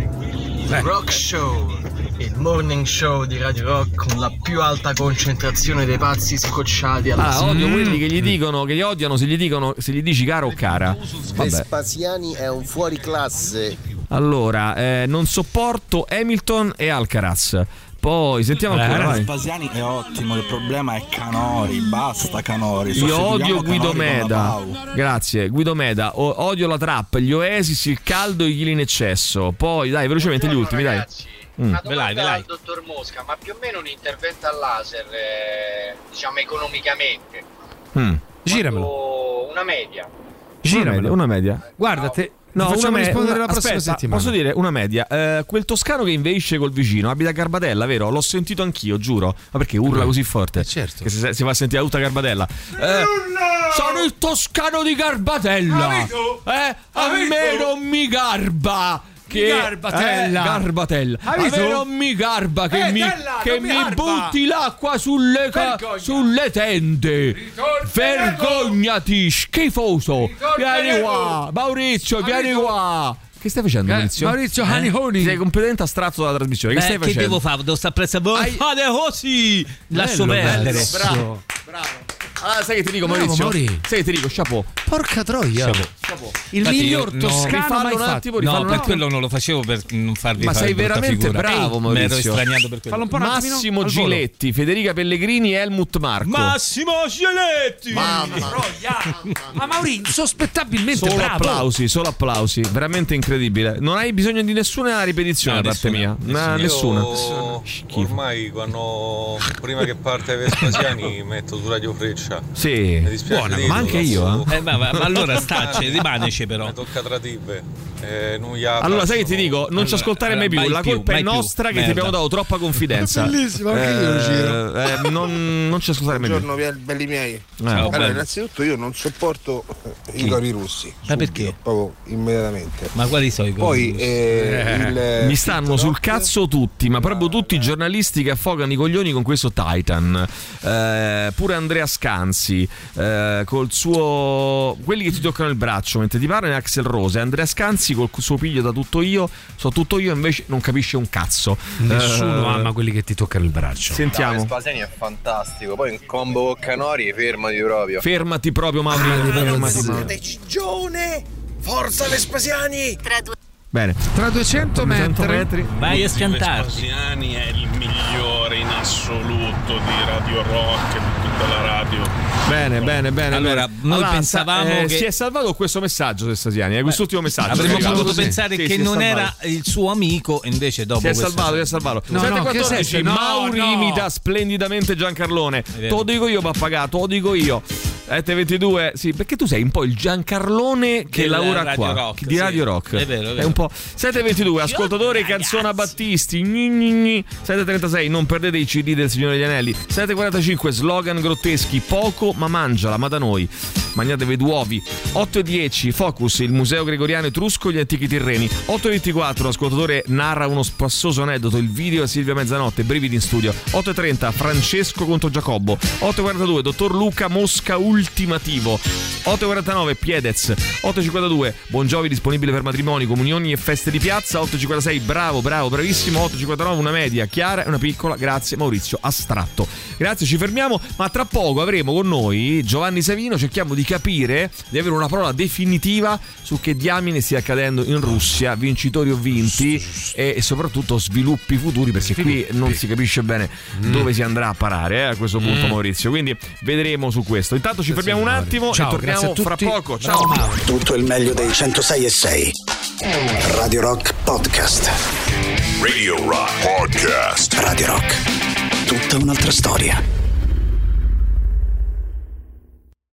beh. Rock Show, il morning show di Radio Rock con la più alta concentrazione dei pazzi scocciati alla Ah, odio Mm. quelli che gli dicono, che gli odiano se gli dicono, se gli dici cara o cara. Vabbè. Vespasiani è un fuoriclasse. Allora, eh, non sopporto Hamilton e Alcaraz. Poi sentiamo ancora. vai. Vespasiani è ottimo, il problema è Canori, basta Canori. Io sostituiamo odio Guido Canori con la Meda. Pau. Grazie, Guido Meda. O- odio la trap, gli Oasis, il caldo e i chili in eccesso. Poi, dai, velocemente gli ultimi, dai. Mm. Una Velai, domanda velai. al dottor Mosca, ma più o meno un intervento al laser, eh, diciamo economicamente, Mm. Giramelo. quanto- una media. Una media, una media. Guarda, te No, ti facciamo una me- rispondere una- la prossima aspetta, settimana. posso dire una media. Eh, quel toscano che inveisce col vicino abita a Garbatella, vero? L'ho sentito anch'io, giuro. Ma perché urla così forte? certo. Che si, si va a sentire tutta Garbatella. Eh, sono il toscano di Garbatella. Capito? Eh, a me non mi garba. Che, Garbatella. eh, Garbatella. A Capito? me non mi garba che Eh, mi, Della, che non mi mi garba. butti l'acqua sulle, ca- Vergogna. sulle tende. Ritorneremo. Vergognati, schifoso. Vieni Ritorneremo. qua, Maurizio, vieni Capito? qua. Che stai facendo, Eh, Maurizio? Maurizio Hanihoni. Sei completamente astratto dalla trasmissione. Che Beh, stai che facendo? devo fare? Devo stare presso a voi? Hai- Fate così! Lascio Bello, perdere. bello, bravo, bravo. Ah, sai che ti dico, Bravo, Maurizio? Mauri. Sai che ti dico, chapeau. Porca troia. Chapeau. Chapeau. Il Infatti miglior io no, toscano rifallo mai un fatto. attimo, No, rifallo per un quello non lo facevo per non farvi Ma fare sei brutta veramente figura. bravo, Mi ero Maurizio. estraniato per quello. Fallo un po' un attimino, Massimo al volo. Giletti, Federica Pellegrini e Helmut Marko. Massimo Giletti. Mamma. Ma Mauri, insospettabilmente Solo bravo. applausi, solo applausi, veramente incredibile. Non hai bisogno di nessuna ripetizione No, da parte nessuna, mia. Na- nessuna. nessuna. Io ormai quando prima che parte Vespasiani metto su Radio Freccia. Sì. Mi dispiace Buona, dirlo, ma anche io, su- Eh, ma, ma- ma allora stacci, rimaneci però. Mi tocca tradive. Eh, non gli ha Allora, sai che ti faccio- dico? Non ci Allora, ascoltare mai più. mai La più, colpa è mai più. nostra che ti Merda. abbiamo dato troppa confidenza. Bellissimo, anche io lo giro. Eh, eh, non, non ci ascoltare mai più. Buongiorno belli miei. Ciao, allora, bello. innanzitutto io non sopporto i cori russi. Ma perché? Subito, proprio immediatamente. Ma quali sono i Poi cori? eh, il Mi stanno sul cazzo tutti, ma proprio tutti i giornalisti che affogano i coglioni con questo Titan. Eh, pure Andrea Scanzi, eh, col suo. Quelli che ti toccano il braccio mentre ti parlano è Axel Rose. Andrea Scanzi col suo piglio da tutto io, so tutto io, invece non capisce un cazzo. Nessuno Eh, ama quelli che ti toccano il braccio. Sentiamo. Vespasiani è fantastico. Poi in combo con Canori, fermati proprio. Fermati proprio, Mauri. fermati, Mauri. Cigione! Forza Vespasiani! Bene. Tra duecento metri. Vai a schiantarti. Vespasiani è il migliore in assoluto di Radio Rock e di tutta la radio. Bene, bene, bene. Allora, bene. noi Allora, pensavamo sa- eh, che- si è salvato questo messaggio, Sestasiani, eh, quest'ultimo messaggio. Avremmo Sì, potuto sì, pensare sì, che si è non salvato. era il suo amico, invece dopo Si è questo- salvato, si è salvato. No, sette no, che quattordici, sette? No, Mauri no. imita splendidamente Giancarlone. Te vero. lo dico io, pappagato, te lo dico io. sette ventidue, sì, perché tu sei un po' il Giancarlone che Della lavora Radio qua, Rock, di sì. Radio Rock. È vero, è vero. un po'. sette ventidue, ascoltatore Canzona Battisti. Gni, gni, gni. sette trentasei, non perdete i C D del Signore degli Anelli. sette quarantacinque, slogan grotteschi. Poco ma mangiala, ma da noi. Magnatevi due uovi. otto e dieci, Focus, il Museo Gregoriano Etrusco, gli antichi Tirreni. otto e ventiquattro, ascoltatore narra uno spassoso aneddoto, il video a Silvia Mezzanotte, brividi in studio. otto e trenta, Francesco contro Giacobbo. otto e quarantadue, dottor Luca Mosca ultimativo. otto e quarantanove, Piedez. otto e cinquantadue, Bon Jovi disponibile per matrimoni, comunioni e feste di piazza. otto e cinquantasei, bravo, bravo, bravissimo. otto e cinquantanove, una media chiara e una piccola. Grazie Maurizio Astratto. Grazie, ci fermiamo, ma tra poco avremo con noi Giovanni Savino. Cerchiamo di capire, di avere una parola definitiva su che diamine stia accadendo in Russia, vincitori o vinti, e, e soprattutto sviluppi futuri, perché qui non si capisce bene Mm. dove si andrà a parare eh, a questo punto, Mm. Maurizio. Quindi vedremo su questo. Intanto ci fermiamo un attimo Ciao, e torniamo grazie a fra tutti. poco. Bravo, Ciao. Mauro. Tutto il meglio dei centosei e sei. Radio Rock Podcast. Radio Rock Podcast. Radio Rock. Tutta un'altra storia.